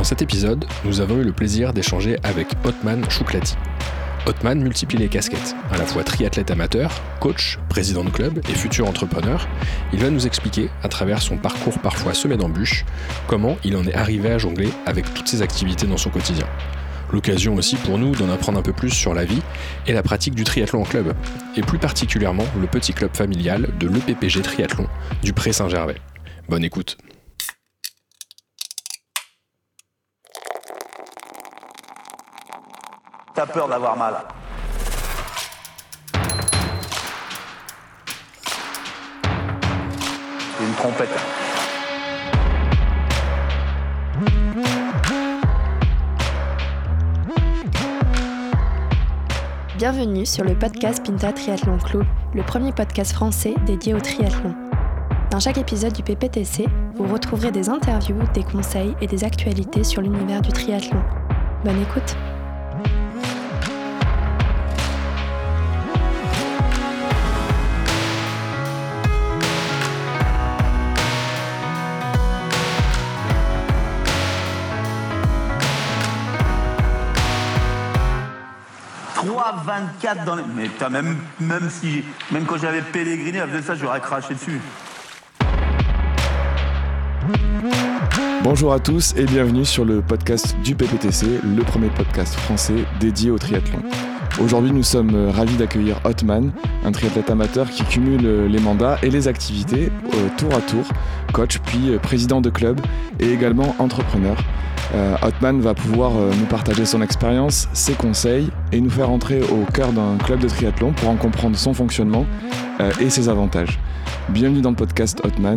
Dans cet épisode, nous avons eu le plaisir d'échanger avec Othman Chouklati. Othman multiplie les casquettes, à la fois triathlète amateur, coach, président de club et futur entrepreneur. Il va nous expliquer, à travers son parcours parfois semé d'embûches, comment il en est arrivé à jongler avec toutes ses activités dans son quotidien. L'occasion aussi pour nous d'en apprendre un peu plus sur la vie et la pratique du triathlon en club, et plus particulièrement le petit club familial de l'EPPG Triathlon du Pré Saint-Gervais. Bonne écoute. T'as peur d'avoir mal. C'est une trompette. Bienvenue sur le podcast Pinta Triathlon Club, le premier podcast français dédié au triathlon. Dans chaque épisode du PPTC, vous retrouverez des interviews, des conseils et des actualités sur l'univers du triathlon. Bonne écoute! Trois 24 dans les... Mais putain, même quand j'avais pèleriné, elle faisait ça, j'aurais craché dessus. Bonjour à tous et bienvenue sur le podcast du PPTC, le premier podcast français dédié au triathlon. Aujourd'hui, nous sommes ravis d'accueillir Othman, un triathlète amateur qui cumule les mandats et les activités tour à tour, coach puis président de club et également entrepreneur. Othman va pouvoir nous partager son expérience, ses conseils et nous faire entrer au cœur d'un club de triathlon pour en comprendre son fonctionnement et ses avantages. Bienvenue dans le podcast Othman.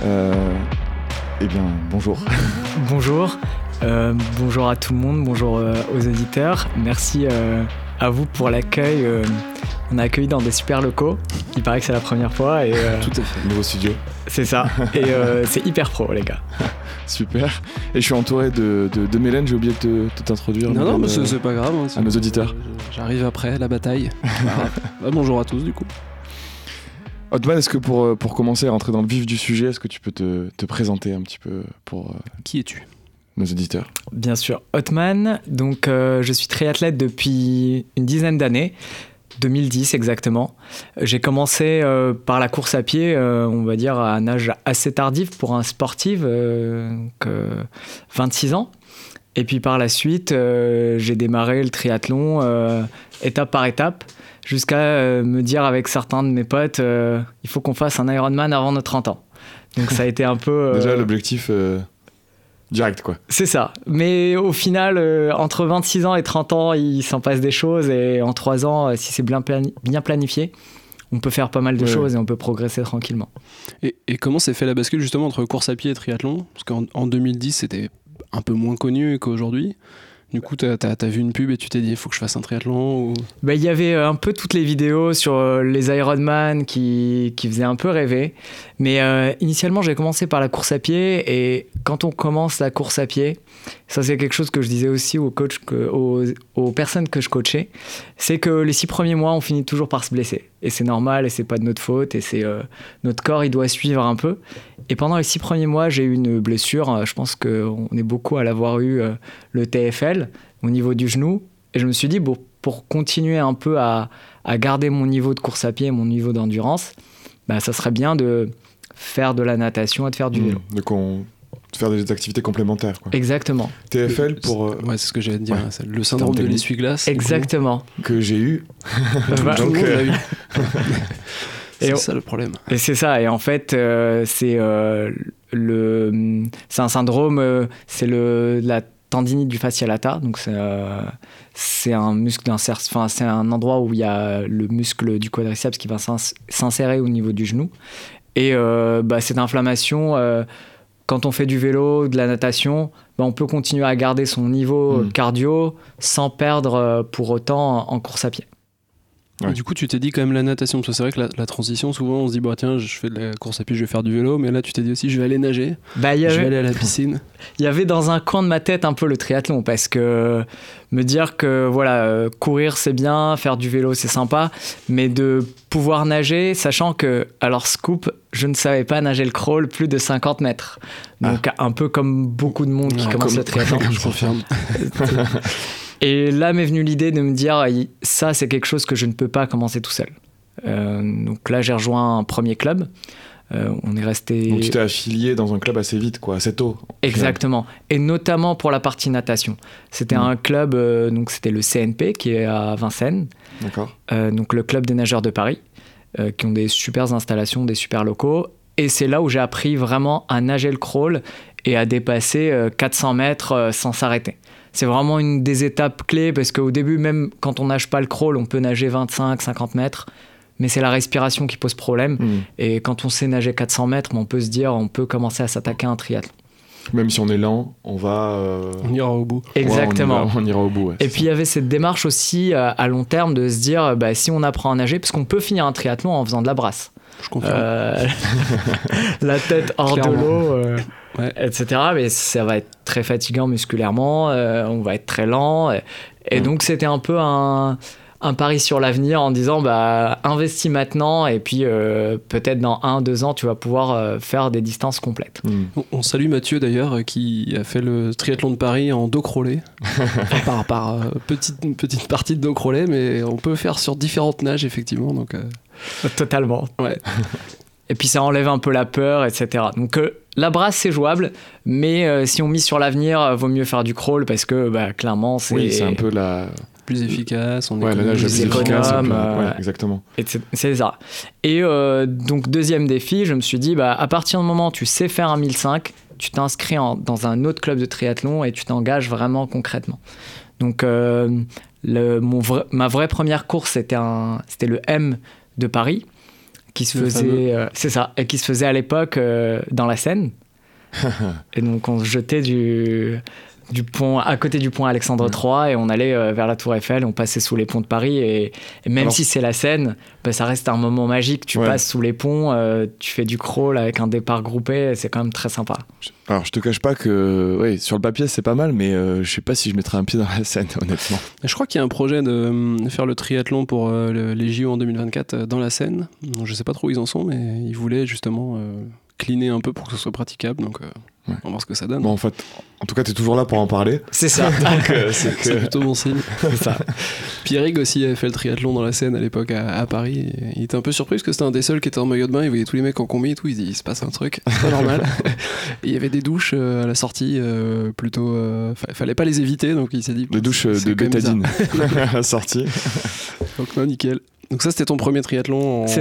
Bonjour. Bonjour. Bonjour à tout le monde, bonjour aux auditeurs. Merci à vous pour l'accueil. On a accueilli dans des super locaux. Il paraît que c'est la première fois. Et, tout à fait, nouveau studio. C'est ça. Et c'est hyper pro, les gars. Super. Et je suis entouré de Mélène, j'ai oublié de t'introduire. Non, Mélène, mais c'est pas grave. Hein, à nos auditeurs. J'arrive après la bataille. Bonjour à tous, du coup. Othman, est-ce que pour commencer à rentrer dans le vif du sujet, est-ce que tu peux te présenter un petit peu pour Qui es-tu ? Nos auditeurs? Bien sûr, Othman. Donc, je suis triathlète depuis une dizaine d'années, 2010 exactement. J'ai commencé par la course à pied, on va dire à un âge assez tardif pour un sportif, 26 ans. Et puis par la suite, j'ai démarré le triathlon étape par étape, jusqu'à me dire avec certains de mes potes, il faut qu'on fasse un Ironman avant nos 30 ans. Donc ça a été un peu... Déjà l'objectif direct, quoi. C'est ça. Mais au final, entre 26 ans et 30 ans, il s'en passe des choses. Et en 3 ans, si c'est bien planifié, on peut faire pas mal de choses et on peut progresser tranquillement. Et comment s'est fait la bascule justement entre course à pied et triathlon ? Parce qu'en 2010, c'était un peu moins connu qu'aujourd'hui. Du coup, t'as vu une pub et tu t'es dit, il faut que je fasse un triathlon ou... Il y avait un peu toutes les vidéos sur les Ironman qui faisaient un peu rêver. Mais initialement, j'ai commencé par la course à pied. Et quand on commence la course à pied, ça c'est quelque chose que je disais aussi aux personnes que je coachais, c'est que les 6 premiers mois, on finit toujours par se blesser. Et c'est normal et c'est pas de notre faute. Et c'est notre corps, il doit suivre un peu. Et pendant les 6 premiers mois, j'ai eu une blessure. Je pense qu'on est beaucoup à l'avoir eu, le TFL, au niveau du genou. Et je me suis dit, pour continuer un peu à garder mon niveau de course à pied, mon niveau d'endurance, ça serait bien de faire de la natation et de faire du vélo. Donc de faire des activités complémentaires, quoi. Exactement. TFL pour... Ouais, c'est ce que j'allais te dire. Ouais. Le syndrome de l'essuie-glace. Exactement. Que j'ai eu. Donc, l'a eu. C'est Et ça le problème. Et c'est ça. Et en fait, c'est un syndrome, c'est la tendinite du fascia lata. Donc c'est un muscle c'est un endroit où il y a le muscle du quadriceps qui va s'insérer au niveau du genou. Et cette inflammation, quand on fait du vélo, de la natation, on peut continuer à garder son niveau cardio sans perdre pour autant en course à pied. Ouais. Et du coup, tu t'es dit quand même la natation, parce que c'est vrai que la transition, souvent on se dit, bah tiens, je fais de la course à pied, je vais faire du vélo, mais là tu t'es dit aussi, je vais aller nager, je vais aller à la piscine. Il y avait dans un coin de ma tête un peu le triathlon, parce que me dire que voilà, courir c'est bien, faire du vélo c'est sympa, mais de pouvoir nager, sachant que, alors scoop, je ne savais pas nager le crawl plus de 50 mètres. Donc un peu comme beaucoup de monde qui commence le triathlon. Je confirme. Et là m'est venue l'idée de me dire, ça c'est quelque chose que je ne peux pas commencer tout seul. Donc là j'ai rejoint un premier club. On est resté... Donc tu t'es affilié dans un club assez vite, quoi, assez tôt. Exactement. Et notamment pour la partie natation. C'était un club, donc c'était le CNP qui est à Vincennes. D'accord. Donc le club des nageurs de Paris, qui ont des super installations, des super locaux. Et c'est là où j'ai appris vraiment à nager le crawl et à dépasser 400 mètres sans s'arrêter. C'est vraiment une des étapes clés parce qu'au début, même quand on nage pas le crawl, on peut nager 25, 50 mètres. Mais c'est la respiration qui pose problème. Et quand on sait nager 400 mètres, on peut se dire, on peut commencer à s'attaquer à un triathlon. Même si on est lent, on va... On ira au bout. Exactement. Ouais, on ira au bout. Ouais, et puis il y avait cette démarche aussi à long terme de se dire, si on apprend à nager, parce qu'on peut finir un triathlon en faisant de la brasse. Je confirme. La tête hors Clairement. de l'eau, Ouais. etc. Mais ça va être très fatigant musculairement, on va être très lent. Et donc c'était un peu un pari sur l'avenir en disant investis maintenant et puis peut-être dans 1-2 ans tu vas pouvoir faire des distances complètes. On salue Mathieu d'ailleurs qui a fait le triathlon de Paris en dos crawlé. Enfin, par petite partie de dos crawlé, mais on peut faire sur différentes nages effectivement. Donc, Totalement. ouais. Et puis ça enlève un peu la peur, etc. Donc la brasse c'est jouable, mais si on mise sur l'avenir, vaut mieux faire du crawl parce que clairement c'est... Oui, c'est un peu la... Plus efficace, on Ouais, la nage plus plus efficace. économe, Ouais, exactement. Et c'est ça. Et donc deuxième défi, je me suis dit, à partir du moment où tu sais faire un 1005, tu t'inscris dans un autre club de triathlon et tu t'engages vraiment concrètement. Donc ma vraie première course, c'était le M de Paris, qui se faisait, c'est ça, et qui se faisait à l'époque dans la Seine. Et donc on se jetait du pont, à côté du pont Alexandre III, et on allait vers la Tour Eiffel, on passait sous les ponts de Paris, et même si c'est la Seine, ça reste un moment magique. Tu passes sous les ponts, tu fais du crawl avec un départ groupé, c'est quand même très sympa. Alors je te cache pas que sur le papier c'est pas mal, mais je sais pas si je mettrais un pied dans la Seine, honnêtement. Je crois qu'il y a un projet de faire le triathlon pour les JO en 2024 dans la Seine. Donc, je sais pas trop où ils en sont, mais ils voulaient justement cleaner un peu pour que ce soit praticable. Donc on va voir ce que ça donne. Bon, en fait, en tout cas, t'es toujours là pour en parler. C'est ça. Donc, C'est plutôt bon signe. C'est ça. Pierrick aussi avait fait le triathlon dans la Seine à l'époque à Paris. Et il était un peu surpris parce que c'était un des seuls qui était en maillot de bain. Il voyait tous les mecs en combi et tout. Il se dit, il se passe un truc, c'est pas normal. Et il y avait des douches à la sortie plutôt. Fallait pas les éviter, donc il s'est dit. Des douches de bétadine à la sortie. Donc non, nickel. Donc ça, c'était ton premier triathlon en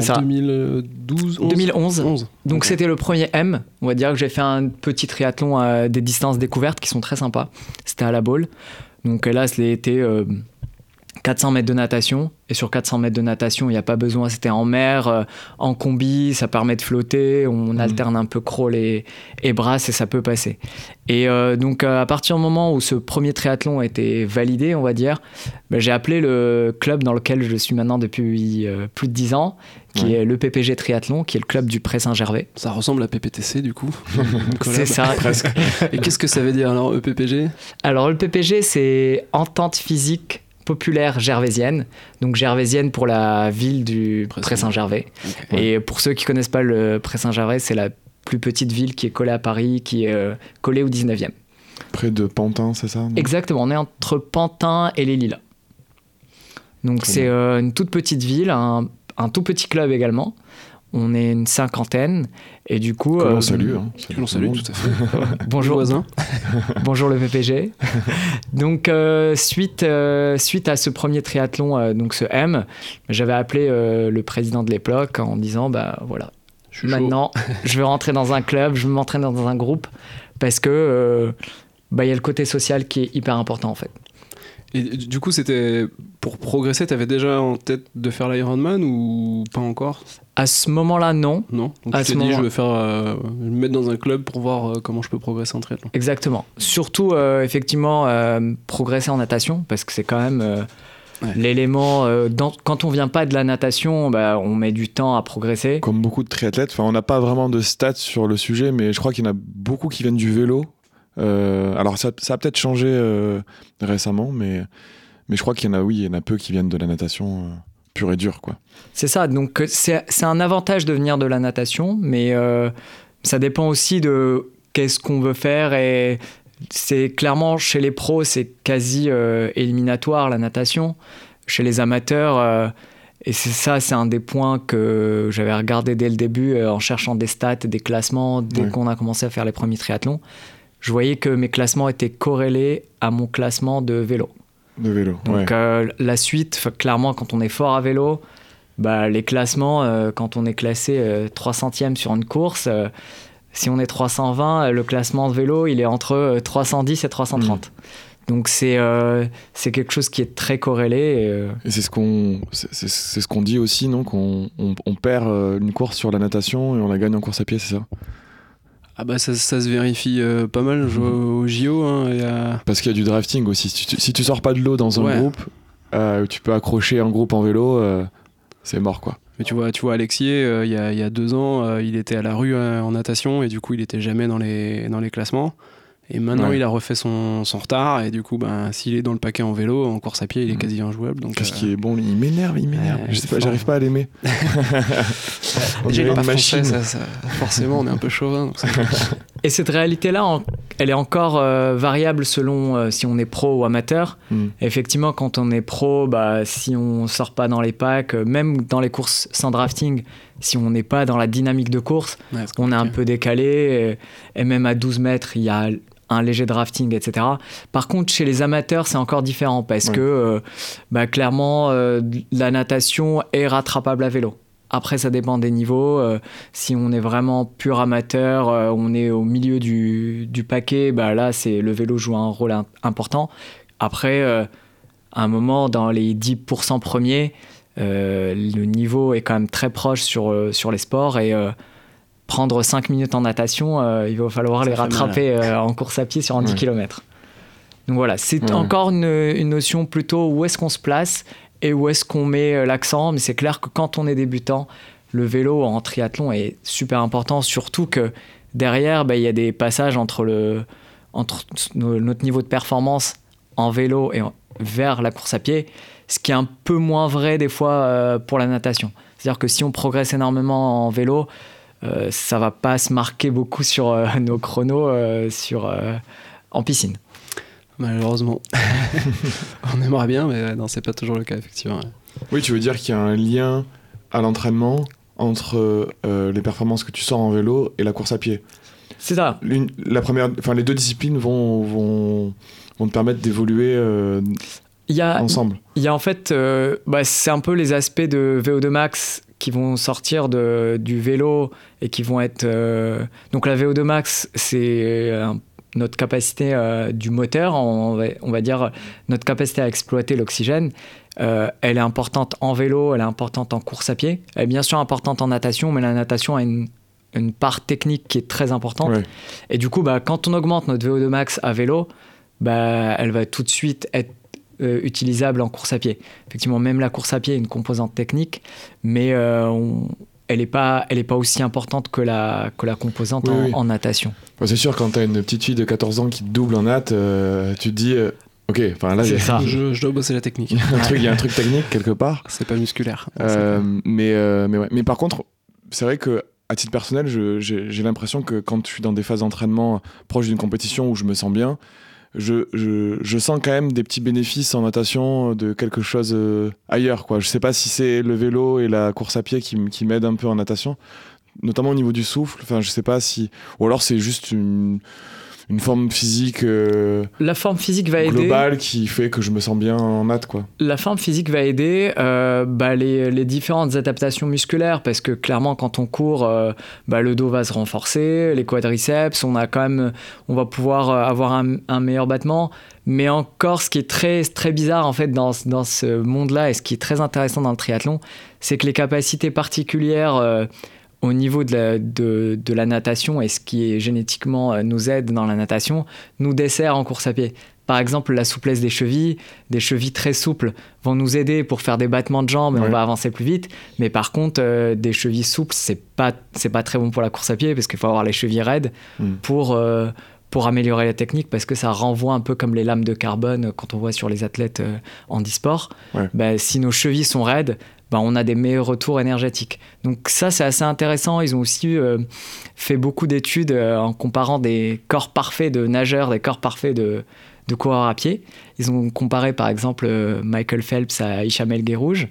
2012 2011. Donc okay. C'était le premier M. On va dire que j'ai fait un petit triathlon à des distances découvertes qui sont très sympas. C'était à La Baule. Donc là, c'était 400 mètres de natation. Et sur 400 mètres de natation, il n'y a pas besoin. C'était en mer, en combi, ça permet de flotter. On alterne un peu crawl et brasse et ça peut passer. Et donc à partir du moment où ce premier triathlon a été validé, on va dire, j'ai appelé le club dans lequel je suis maintenant depuis plus de 10 ans, qui est le PPG Triathlon, qui est le club du Pré-Saint-Gervais. Ça ressemble à PPTC du coup. C'est ça. Presque. Et qu'est-ce que ça veut dire alors, EPPG ? Alors le PPG, c'est Entente Physique Populaire Gervaisienne, donc gervaisienne pour la ville du Pré-Saint-Gervais. Okay. Et pour ceux qui connaissent pas le Pré-Saint-Gervais, c'est la plus petite ville qui est collée à Paris, qui est collée au 19e. Près de Pantin, c'est ça ? Exactement, on est entre Pantin et les Lilas. Donc c'est une toute petite ville, un tout petit club également. On est une 50aine et du coup... on salue. On salue, tout à fait. Bonjour voisin. Bonjour le PPG. Donc suite à ce premier triathlon, donc ce M, j'avais appelé le président de l'époque en disant voilà, maintenant je veux rentrer dans un club, je veux m'entraîner dans un groupe parce que y a le côté social qui est hyper important en fait. Et du coup, c'était pour progresser, t'avais déjà en tête de faire l'Ironman ou pas encore ? À ce moment-là, non. Non. Donc tu t'es dit, je vais me mettre dans un club pour voir comment je peux progresser en triathlon. Exactement. Surtout, effectivement, progresser en natation, parce que c'est quand même L'élément, quand on vient pas de la natation, on met du temps à progresser. Comme beaucoup de triathlètes, on n'a pas vraiment de stats sur le sujet, mais je crois qu'il y en a beaucoup qui viennent du vélo. Alors ça a peut-être changé récemment, mais je crois qu'il y en a peu qui viennent de la natation pure et dure, quoi. C'est ça, donc c'est un avantage de venir de la natation, mais ça dépend aussi de qu'est-ce qu'on veut faire, et c'est clairement chez les pros, c'est quasi éliminatoire la natation. Chez les amateurs, et c'est un des points que j'avais regardé dès le début en cherchant des stats, des classements, dès qu'on a commencé à faire les premiers triathlons. Je voyais que mes classements étaient corrélés à mon classement de vélo. Donc la suite, clairement, quand on est fort à vélo, les classements, quand on est classé 300e sur une course, si on est 320, le classement de vélo, il est entre 310 et 330. Donc c'est quelque chose qui est très corrélé. Et c'est ce qu'on dit aussi, non, qu'on perd une course sur la natation et on la gagne en course à pied, c'est ça? Ça se vérifie pas mal au JO. Parce qu'il y a du drafting aussi. Si tu sors pas de l'eau dans un groupe, tu peux accrocher un groupe en vélo, c'est mort, quoi. Mais tu vois Alexier, il y a 2 ans, il était à la rue en natation et du coup il était jamais dans les classements. Et maintenant il a refait son retard et du coup s'il est dans le paquet en vélo, en course à pied, il est quasi injouable. Donc, qu'est-ce qui est bon, il m'énerve. Je sais pas, j'arrive pas à l'aimer. Déjà il est pas français, ça, forcément on est un peu chauvin. Et cette réalité-là, elle est encore variable selon si on est pro ou amateur. Effectivement, quand on est pro, si on sort pas dans les packs, même dans les courses sans drafting, si on n'est pas dans la dynamique de course, on est un peu décalé. Et même à 12 mètres, il y a un léger drafting, etc. Par contre, chez les amateurs, c'est encore différent parce que clairement, la natation est rattrapable à vélo. Après, ça dépend des niveaux. Si on est vraiment pur amateur, on est au milieu du paquet, là, le vélo joue un rôle important. Après, à un moment, dans les 10% premiers, le niveau est quand même très proche sur les sports et prendre 5 minutes en natation, il va falloir les rattraper en course à pied sur un 10 km. Donc voilà, c'est encore une notion plutôt où est-ce qu'on se place et où est-ce qu'on met l'accent. Mais c'est clair que quand on est débutant, le vélo en triathlon est super important, surtout que derrière, il y a des passages entre notre niveau de performance en vélo et vers la course à pied, ce qui est un peu moins vrai des fois pour la natation. C'est-à-dire que si on progresse énormément en vélo, ça va pas se marquer beaucoup sur nos chronos en piscine. Malheureusement. On aimerait bien, mais non, c'est pas toujours le cas, effectivement. Oui, tu veux dire qu'il y a un lien à l'entraînement entre les performances que tu sors en vélo et la course à pied. C'est ça. Les deux disciplines vont te permettre d'évoluer ensemble. Il y a en fait, c'est un peu les aspects de VO2 max qui vont sortir du vélo et qui vont être... Donc la VO2 max, c'est notre capacité du moteur, on va dire notre capacité à exploiter l'oxygène. Elle est importante en vélo, elle est importante en course à pied. Elle est bien sûr importante en natation, mais la natation a une part technique qui est très importante. Ouais. Et du coup, quand on augmente notre VO2 max à vélo, elle va tout de suite être utilisable en course à pied. Effectivement, même la course à pied est une composante technique, mais elle n'est pas aussi importante que la composante en natation. C'est sûr, quand tu as une petite fille de 14 ans qui te double en natte, tu te dis... Ok, là, je dois bosser la technique. Il y a un truc technique quelque part. C'est pas musculaire. Mais par contre, c'est vrai que à titre personnel, j'ai l'impression que quand je suis dans des phases d'entraînement proches d'une compétition où je me sens bien, je sens quand même des petits bénéfices en natation de quelque chose ailleurs, quoi. Je sais pas si c'est le vélo et la course à pied qui m'aident un peu en natation, notamment au niveau du souffle. Enfin, je sais pas si... Ou alors c'est juste une forme physique la forme physique va globale aider. Qui fait que je me sens bien en natte, quoi. La forme physique va aider les différentes adaptations musculaires, parce que clairement quand on court, le dos va se renforcer, les quadriceps, on va pouvoir avoir un meilleur battement. Mais encore, ce qui est très, très bizarre en fait dans ce monde-là, et ce qui est très intéressant dans le triathlon, c'est que les capacités particulières au niveau de la natation et ce qui est génétiquement nous aide dans la natation, nous dessert en course à pied. Par exemple, la souplesse des chevilles très souples vont nous aider pour faire des battements de jambes et on va avancer plus vite. Mais par contre, des chevilles souples, c'est pas très bon pour la course à pied parce qu'il faut avoir les chevilles raides pour améliorer la technique, parce que ça renvoie un peu comme les lames de carbone quand on voit sur les athlètes handisport. Si nos chevilles sont raides, on a des meilleurs retours énergétiques. Donc ça, c'est assez intéressant. Ils ont aussi fait beaucoup d'études en comparant des corps parfaits de nageurs, des corps parfaits de coureurs à pied. Ils ont comparé par exemple Michael Phelps à Hicham El Guerrouj.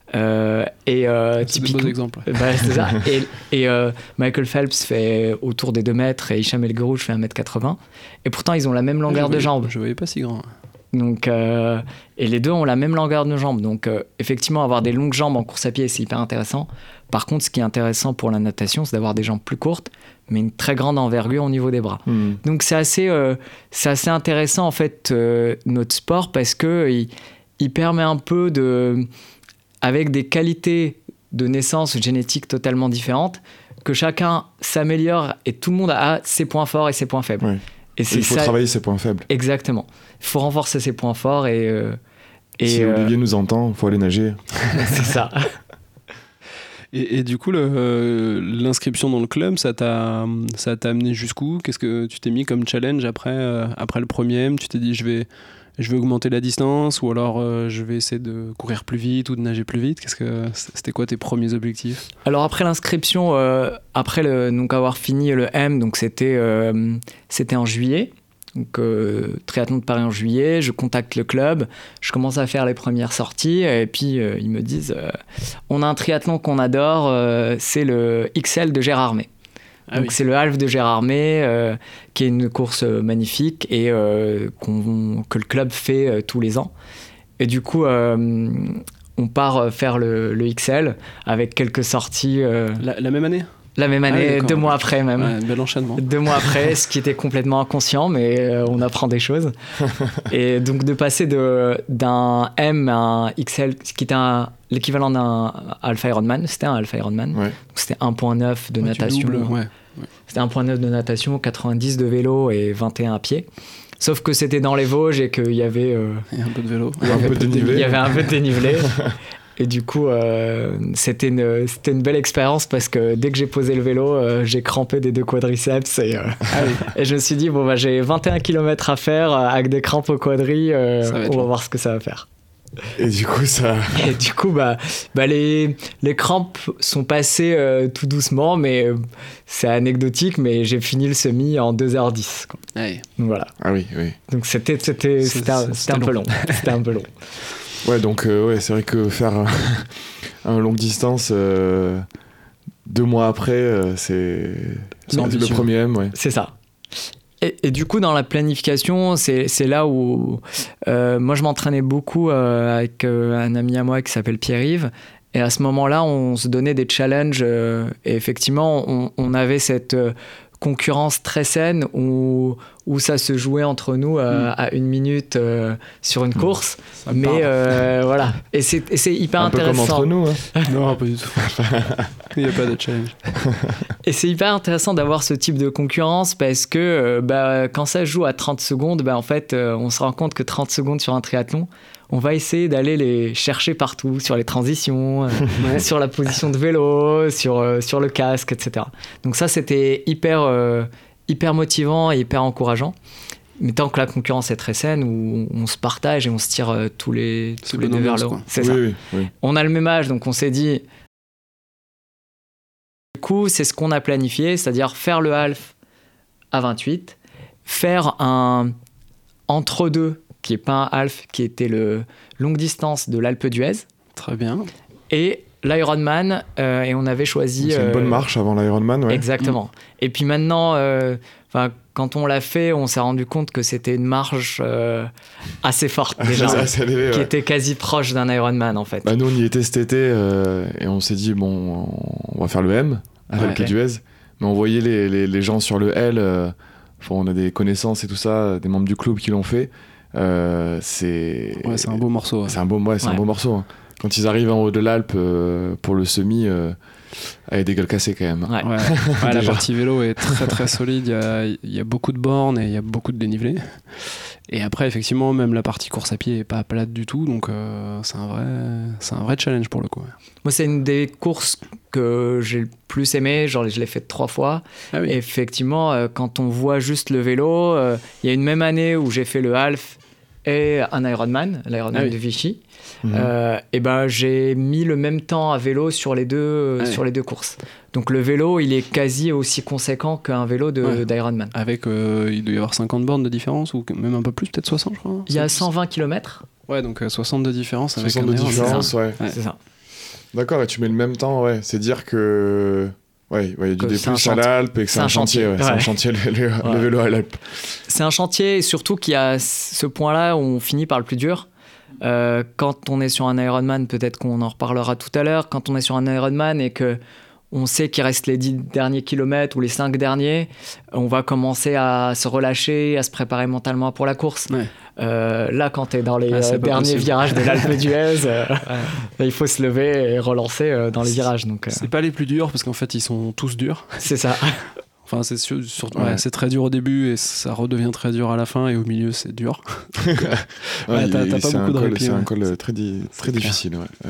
C'est des beaux exemples. C'est ça. Et Michael Phelps fait autour des 2 mètres et Hicham El Guerrouj fait 1m80. Et pourtant, ils ont la même longueur de jambe. Je voyais pas si grand. Donc, et les deux ont la même longueur de jambe. Donc, effectivement, avoir des longues jambes en course à pied, c'est hyper intéressant. Par contre, ce qui est intéressant pour la natation, c'est d'avoir des jambes plus courtes, mais une très grande envergure au niveau des bras. Donc, c'est assez intéressant, en fait, notre sport, parce qu'il permet un peu avec des qualités de naissance génétiques totalement différentes, que chacun s'améliore et tout le monde a ses points forts et ses points faibles. Ouais. Et il faut travailler ses points faibles. Exactement. Il faut renforcer ses points forts et si Olivier nous entend, il faut aller nager. C'est ça. Et du coup, l'inscription dans le club, ça t'a amené jusqu'où ? Qu'est-ce que tu t'es mis comme challenge après le premier M ? Tu t'es dit, je vais augmenter la distance, ou alors je vais essayer de courir plus vite ou de nager plus vite. C'était quoi tes premiers objectifs ? Alors après l'inscription, donc avoir fini le M, donc c'était en juillet. Donc triathlon de Paris en juillet, je contacte le club, je commence à faire les premières sorties et puis ils me disent on a un triathlon qu'on adore, c'est le XL de Gérardmer. Donc c'est le half de Gérardmer qui est une course magnifique et que le club fait tous les ans. Et du coup, on part faire le XL avec quelques sorties. La même année ? La même année, 2 mois après même. Ouais, bel enchaînement. 2 mois après, ce qui était complètement inconscient, mais on apprend des choses. Et donc de passer d'un M à un XL, ce qui était l'équivalent d'un Alpha Ironman, c'était un Alpha Ironman. Ouais. Donc c'était 1.9 de natation. C'était 1.9 de natation, 90 de vélo et 21 à pied. Sauf que c'était dans les Vosges et qu'il y avait... Il y a un peu de vélo. Il y avait un peu de dénivelé. Et du coup, c'était une belle expérience parce que dès que j'ai posé le vélo, j'ai crampé des 2 quadriceps et je me suis dit, j'ai 21 km à faire avec des crampes au quadri, on va voir ce que ça va faire. Et du coup, les crampes sont passées tout doucement, mais c'est anecdotique, mais j'ai fini le semi en 2h10. Quoi. Ouais. Donc voilà. Ah oui. Donc c'était un peu long. C'était un peu long. Ouais, donc c'est vrai que faire un longue distance 2 mois après, c'est le premier M. Ouais. C'est ça. Et du coup, dans la planification, c'est là où moi, je m'entraînais beaucoup avec un ami à moi qui s'appelle Pierre-Yves. Et à ce moment-là, on se donnait des challenges. Et effectivement, on avait cette concurrence très saine où ça se jouait entre nous à 1 minute sur une course. Mais voilà. Et c'est hyper intéressant. Un peu comme entre nous. Hein. Non, pas du tout. Il n'y a pas de challenge. Et c'est hyper intéressant d'avoir ce type de concurrence parce que quand ça joue à 30 secondes, en fait, on se rend compte que 30 secondes sur un triathlon, on va essayer d'aller les chercher partout, sur les transitions, sur la position de vélo, sur le casque, etc. Donc ça, c'était hyper motivant et hyper encourageant. Mais tant que la concurrence est très saine, où on se partage et on se tire tous les 2 vers le haut. C'est ça. Oui. On a le même âge, donc on s'est dit... Du coup, c'est ce qu'on a planifié, c'est-à-dire faire le half à 28, faire un entre-deux, qui n'est pas un half, qui était le longue distance de l'Alpe d'Huez. Très bien. Et l'Ironman, et on avait choisi... C'est une bonne marche avant l'Ironman, ouais. Exactement. Et puis maintenant, quand on l'a fait, on s'est rendu compte que c'était une marche assez forte déjà, qui était quasi proche d'un Ironman en fait. Nous, on y était cet été et on s'est dit, on va faire le M à l'Alpe d'Huez. Mais on voyait les gens sur le L, on a des connaissances et tout ça, des membres du club qui l'ont fait. C'est un beau morceau. C'est un beau morceau. Hein. Quand ils arrivent en haut de l'Alpe pour le semi, Avec des gueules cassées quand même. Ouais. Ouais, la partie vélo est très très solide. Il y a beaucoup de bornes et il y a beaucoup de dénivelé. Et après, effectivement, même la partie course à pied est pas plate du tout. Donc, c'est un vrai challenge pour le coup. Moi, c'est une des courses que j'ai le plus aimé. Genre, je l'ai faite 3 fois. Ah oui. Et effectivement, quand on voit juste le vélo, il y a une même année où j'ai fait le half et un Ironman, l'Ironman de Vichy. Et ben j'ai mis le même temps à vélo sur les deux courses. Donc le vélo, il est quasi aussi conséquent qu'un vélo d'Ironman. Avec, il doit y avoir 50 bornes de différence, ou même un peu plus, peut-être 60, je crois. Il y a 120 km. Ouais, donc 60 de différence avec 60 un de Ironman. différence, ouais. C'est ça. D'accord, et tu mets le même temps, ouais. C'est dire que... Ouais, il y a du Que c'est D+, à l'Alpe et que c'est un chantier. Ouais. C'est un chantier, le vélo à l'Alpe. C'est un chantier, et surtout qu'il y a ce point-là où on finit par le plus dur. Quand on est sur un Ironman, peut-être qu'on en reparlera tout à l'heure, quand on est sur un Ironman et que on sait qu'il reste les 10 derniers kilomètres ou les 5 derniers, on va commencer à se relâcher, à se préparer mentalement pour la course. Ouais. Là, quand tu es dans les derniers possible. virages de l'Alpe d'Huez, il faut se lever et relancer dans les virages. Donc, C'est pas les plus durs, parce qu'en fait, ils sont tous durs. c'est ça. Enfin, c'est très dur au début et ça redevient très dur à la fin, et au milieu, c'est dur. Ouais, t'as pas beaucoup de répit. C'est un Ouais. col très difficile, ouais.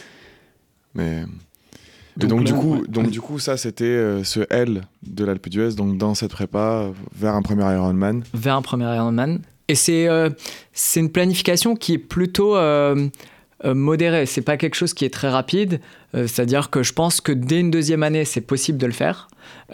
Mais... Et Donc donc, là, du coup, ça, c'était ce L de l'Alpe d'Huez, donc dans cette prépa, vers un premier Ironman. Vers un premier Ironman. Et c'est une planification qui est plutôt modérée. C'est pas quelque chose qui est très rapide. C'est-à-dire que je pense que dès une deuxième année, c'est possible de le faire.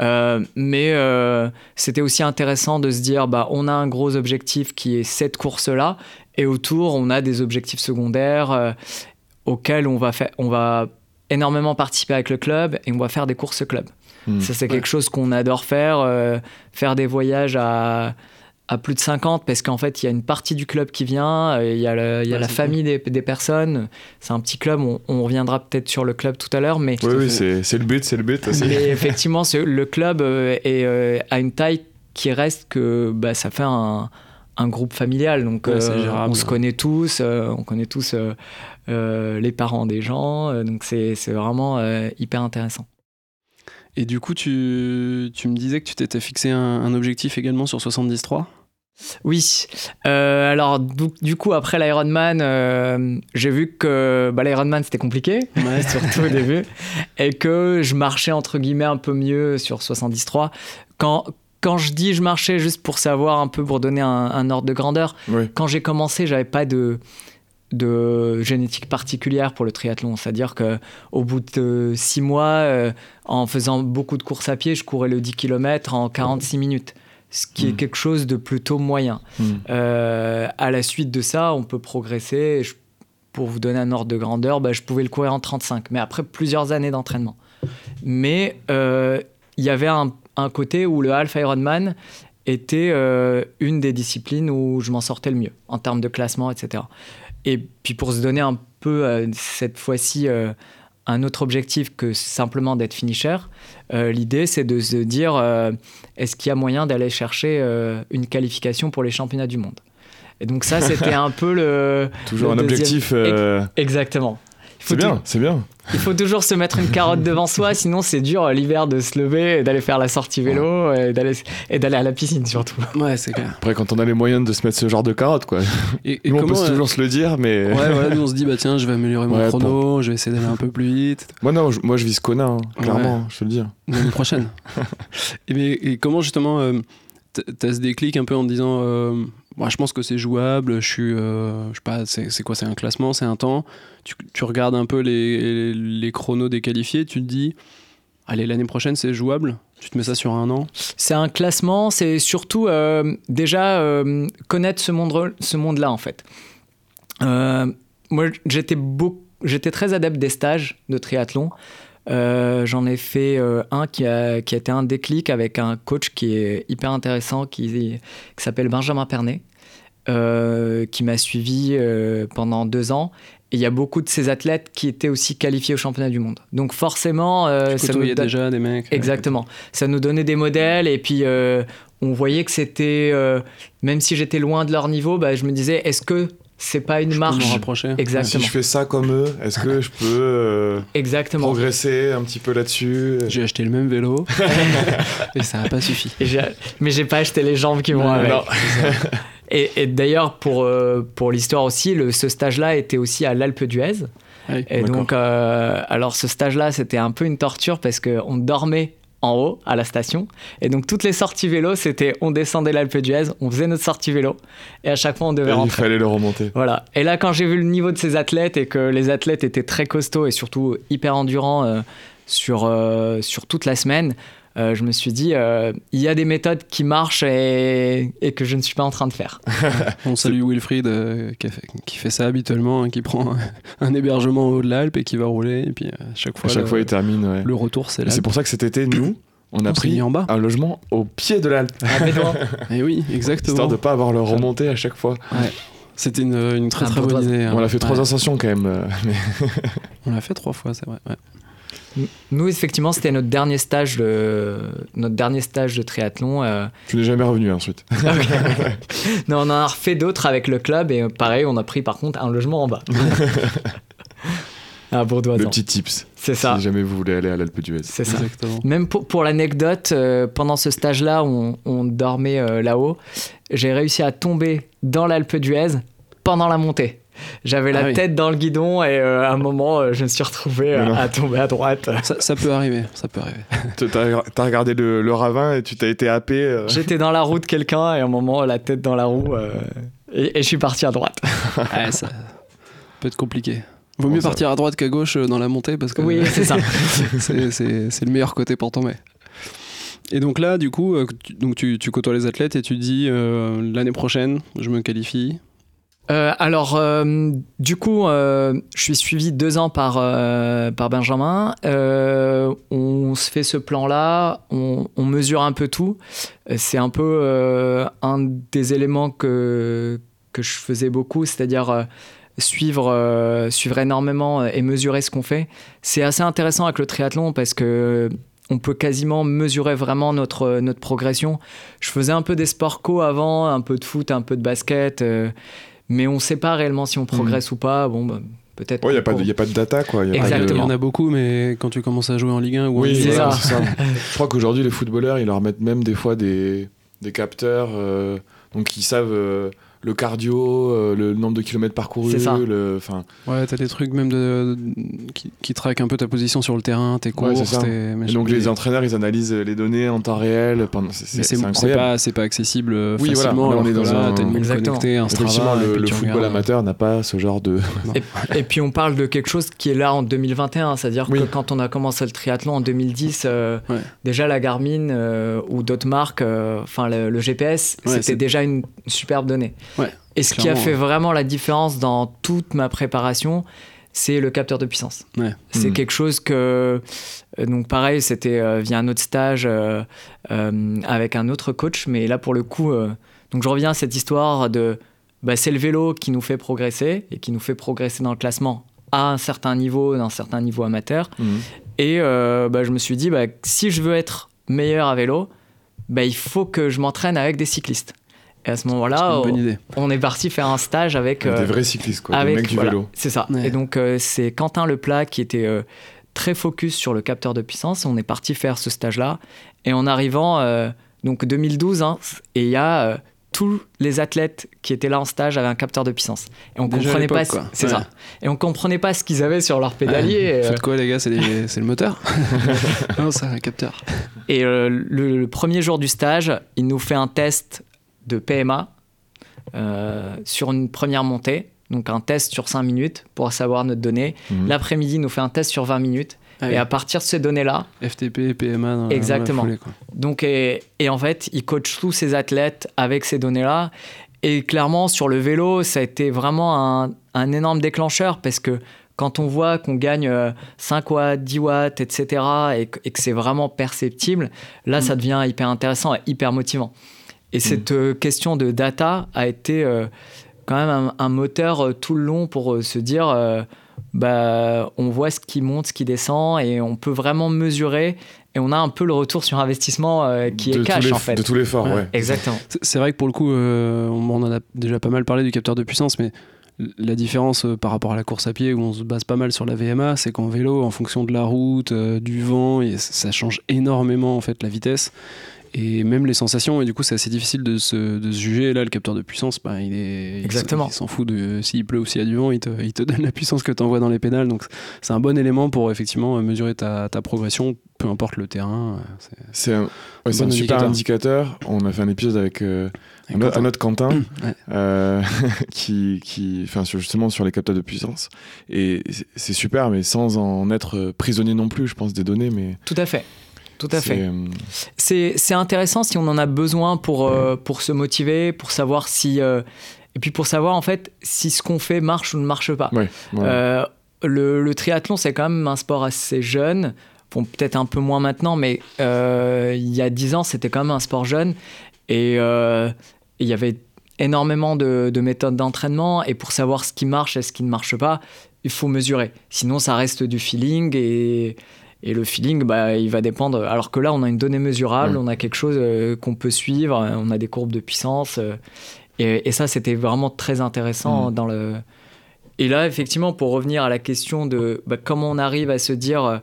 Mais c'était aussi intéressant de se dire, on a un gros objectif qui est cette course-là, et autour, on a des objectifs secondaires auxquels on va énormément participer avec le club, et on va faire des courses club. Ça, c'est quelque chose qu'on adore faire, faire des voyages à plus de 50, parce qu'en fait, il y a une partie du club qui vient, il y a la famille des personnes. C'est un petit club, on reviendra peut-être sur le club tout à l'heure. Mais Oui, c'est le but aussi. Mais effectivement, le club a une taille qui reste que ça fait un groupe familial. Donc, on se connaît tous, on connaît tous les parents des gens. Donc, c'est vraiment hyper intéressant. Et du coup, tu me disais que tu t'étais fixé un objectif également sur 73 ? Oui. Alors, du coup, après l'Ironman, j'ai vu que l'Ironman, c'était compliqué, surtout au début, et que je marchais, entre guillemets, un peu mieux sur 73. Quand je dis je marchais, juste pour savoir un peu, pour donner un ordre de grandeur, quand j'ai commencé, j'avais pas de génétique particulière pour le triathlon. C'est-à-dire qu'au bout de 6 mois, en faisant beaucoup de courses à pied, je courais le 10 km en 46 minutes, ce qui est quelque chose de plutôt moyen. À la suite de ça, on peut progresser. Pour vous donner un ordre de grandeur, je pouvais le courir en 35, mais après plusieurs années d'entraînement. Mais il y avait un côté où le half Ironman était une des disciplines où je m'en sortais le mieux, en termes de classement, etc. Et puis pour se donner un peu, cette fois-ci, un autre objectif que simplement d'être finisher, l'idée c'est de se dire, est-ce qu'il y a moyen d'aller chercher une qualification pour les championnats du monde ? Et donc ça, c'était un peu Toujours un objectif... Exactement. C'est bien. Il faut toujours se mettre une carotte devant soi, sinon c'est dur l'hiver de se lever et d'aller faire la sortie vélo et d'aller à la piscine surtout. Ouais, c'est clair. Après, quand on a les moyens de se mettre ce genre de carotte, quoi. Et nous, on peut toujours se le dire, mais... Ouais, nous on se dit, tiens, je vais améliorer mon chrono, je vais essayer d'aller un peu plus vite. Moi je vise Kona, clairement, je te le dis. L'année prochaine. et comment justement, t'as ce déclic un peu en te disant... je pense que c'est jouable, je sais pas, c'est quoi, c'est un classement, c'est un temps. Tu regardes un peu les chronos des qualifiés, tu te dis, allez, l'année prochaine, c'est jouable. Tu te mets ça sur un an. C'est un classement, c'est surtout déjà connaître ce monde-là, en fait. Moi, j'étais très adepte des stages de triathlon. J'en ai fait un qui a été un déclic avec un coach qui est hyper intéressant, qui s'appelle Benjamin Pernet, qui m'a suivi pendant 2 ans. Et il y a beaucoup de ces athlètes qui étaient aussi qualifiés au championnat du monde. Donc forcément... tu côtoyais déjà des mecs. Exactement. Ça nous donnait des modèles, et puis on voyait que c'était... même si j'étais loin de leur niveau, je me disais, est-ce que c'est pas une Je peux marche. m'en rapprocher. Exactement. Si je fais ça comme eux, est-ce que je peux Exactement. progresser un petit peu là-dessus? J'ai acheté le même vélo et ça n'a pas suffi. Mais j'ai pas acheté les jambes qui vont avec. Non. Et d'ailleurs, pour l'histoire aussi, ce stage-là était aussi à l'Alpe d'Huez. Oui, Et d'accord. donc, alors ce stage-là, c'était un peu une torture parce qu'on dormait en haut à la station. Et donc, toutes les sorties vélo, c'était on descendait l'Alpe d'Huez, on faisait notre sortie vélo. Et à chaque fois, on devait Il rentrer. fallait le remonter. Voilà. Et là, quand j'ai vu le niveau de ces athlètes et que les athlètes étaient très costauds et surtout hyper endurants sur toute la semaine, je me suis dit, il y a des méthodes qui marchent et que je ne suis pas en train de faire. On salue Wilfried qui fait ça habituellement, hein, qui prend un hébergement en haut de l'Alpe et qui va rouler. Et puis à chaque fois, Il termine. Ouais. le retour, c'est Et là. c'est pour ça que cet été, nous, on a On s'est pris mis en bas. un logement au pied de l'Alpe, Et oui, exactement. histoire de pas avoir le remonter à chaque fois. Ouais. C'était une très Un très bonne bourgeoise. idée. hein. On a fait 3 Ouais. ascensions quand même. Mais... On l'a fait 3 fois, c'est vrai. Ouais. Nous, effectivement, c'était notre dernier stage de triathlon. Tu n'es jamais revenu ensuite. Non, on en a refait d'autres avec le club et pareil, on a pris par contre un logement en bas. À Le Bourdoisan. petit tips. C'est ça. Si jamais vous voulez aller à l'Alpe d'Huez. C'est ça. Exactement. Même pour l'anecdote, pendant ce stage-là, on dormait là-haut. J'ai réussi à tomber dans l'Alpe d'Huez pendant la montée. J'avais la tête dans le guidon et à un moment, je me suis retrouvé à tomber à droite. Ça peut arriver, ça peut arriver. T'as regardé le ravin et tu t'as été happé. J'étais dans la roue de quelqu'un et à un moment, la tête dans la roue et je suis parti à droite. Ouais, ça peut être compliqué. Vaut mieux ça partir à droite qu'à gauche dans la montée parce que Oui, c'est ça. c'est le meilleur côté pour tomber. Et donc là, du coup, tu côtoies les athlètes et tu te dis l'année prochaine, je me qualifie. Du coup, je suis suivi 2 ans par Benjamin. On se fait ce plan-là, on mesure un peu tout. C'est un peu un des éléments que je faisais beaucoup, c'est-à-dire suivre énormément et mesurer ce qu'on fait. C'est assez intéressant avec le triathlon parce que on peut quasiment mesurer vraiment notre progression. Je faisais un peu des sports co avant, un peu de foot, un peu de basket, mais on ne sait pas réellement si on progresse ou pas. Bon, bah, peut-être. Ouais, il n'y a pas de data, quoi. Il Exactement. y en a beaucoup, mais quand tu commences à jouer en Ligue 1 ou en Oui, Ligue c'est 1, ça. c'est ça. Je crois qu'aujourd'hui, les footballeurs, ils leur mettent même des fois des capteurs, donc ils savent le cardio, le nombre de kilomètres parcourus. C'est ça. ouais, t'as des trucs même qui traquent un peu ta position sur le terrain, tes Ouais, courses. c'est ça. tes- Et donc les entraîneurs, ils analysent les données en temps réel. C'est incroyable. c'est pas accessible Oui, voilà. facilement. Là, on alors est que dans là, un- t'as une mine Exactement. connectée, un Effectivement, Strava, et le puis tu football regardes. amateur n'a pas ce genre de... Et puis on parle de quelque chose qui est là en 2021, c'est-à-dire Oui. que quand on a commencé le triathlon en 2010, Ouais. déjà la Garmin ou d'autres marques, enfin le GPS, Ouais, c'était c'est- déjà une superbe donnée. Ouais, Et ce qui a clairement, fait ouais. vraiment la différence dans toute ma préparation, c'est le capteur de puissance. Ouais. C'est Mhm. quelque chose que... donc pareil, c'était via un autre stage avec un autre coach, mais là pour le coup, donc je reviens à cette histoire de... c'est le vélo qui nous fait progresser et qui nous fait progresser dans le classement à un certain niveau, d'un certain niveau amateur. Et je me suis dit, si je veux être meilleur à vélo, il faut que je m'entraîne avec des cyclistes. Et à ce moment-là, C'est une bonne idée. on est parti faire un stage avec... Des vrais cyclistes, quoi. Des mecs du voilà, vélo. c'est ça. Ouais. Et donc, c'est Quentin Leplat qui était très focus sur le capteur de puissance. On est parti faire ce stage-là. Et en arrivant, donc 2012, et il y a tous les athlètes qui étaient là en stage avaient un capteur de puissance. Et on Déjà à comprenait pas... l'époque, quoi. C'est Ouais. ça. Et on comprenait pas ce qu'ils avaient sur leur pédalier. Faites quoi, les gars? C'est le moteur? Non, c'est un capteur. Et le premier jour du stage, il nous fait un test de PMA sur une première montée, donc un test sur 5 minutes pour savoir notre donnée. L'après-midi, il nous fait un test sur 20 minutes. Ah Et oui. à partir de ces données-là, FTP, PMA dans Exactement. la foulée, quoi. donc, et en fait, il coach tous ses athlètes avec ces données-là. Et clairement, sur le vélo, ça a été vraiment un énorme déclencheur parce que quand on voit qu'on gagne 5 watts, 10 watts, etc., et que c'est vraiment perceptible, là, ça devient hyper intéressant et hyper motivant. Et cette question de data a été quand même un moteur tout le long pour se dire, on voit ce qui monte, ce qui descend, et on peut vraiment mesurer, et on a un peu le retour sur investissement qui est cash, en fait. De tout l'effort, ouais. Exactement. C'est vrai que pour le coup, on en a déjà pas mal parlé du capteur de puissance, mais La différence par rapport à la course à pied où on se base pas mal sur la VMA, c'est qu'en vélo, en fonction de la route, du vent, ça change énormément en fait la vitesse et même les sensations, et du coup c'est assez difficile de se juger. Là, le capteur de puissance, Exactement. Il s'en fout s'il pleut ou s'il y a du vent, il te donne la puissance que tu envoies dans les pédales, donc c'est un bon élément pour effectivement mesurer ta progression, peu importe le terrain. C'est un super indicateur. On a fait un épisode avec un autre Quentin qui justement sur les capteurs de puissance, et c'est super, mais sans en être prisonnier non plus, je pense, des données. Mais tout à fait. C'est intéressant si on en a besoin pour se motiver, pour savoir si et puis pour savoir en fait si ce qu'on fait marche ou ne marche pas. Ouais. Le triathlon, c'est quand même un sport assez jeune. Bon, peut-être un peu moins maintenant, mais il y a 10 ans, c'était quand même un sport jeune, et il y avait énormément de méthodes d'entraînement, et pour savoir ce qui marche et ce qui ne marche pas, il faut mesurer. Sinon, ça reste du feeling, et le feeling, il va dépendre. Alors que là, on a une donnée mesurable, on a quelque chose qu'on peut suivre, on a des courbes de puissance. Et ça, c'était vraiment très intéressant dans le... Et là, effectivement, pour revenir à la question de comment on arrive à se dire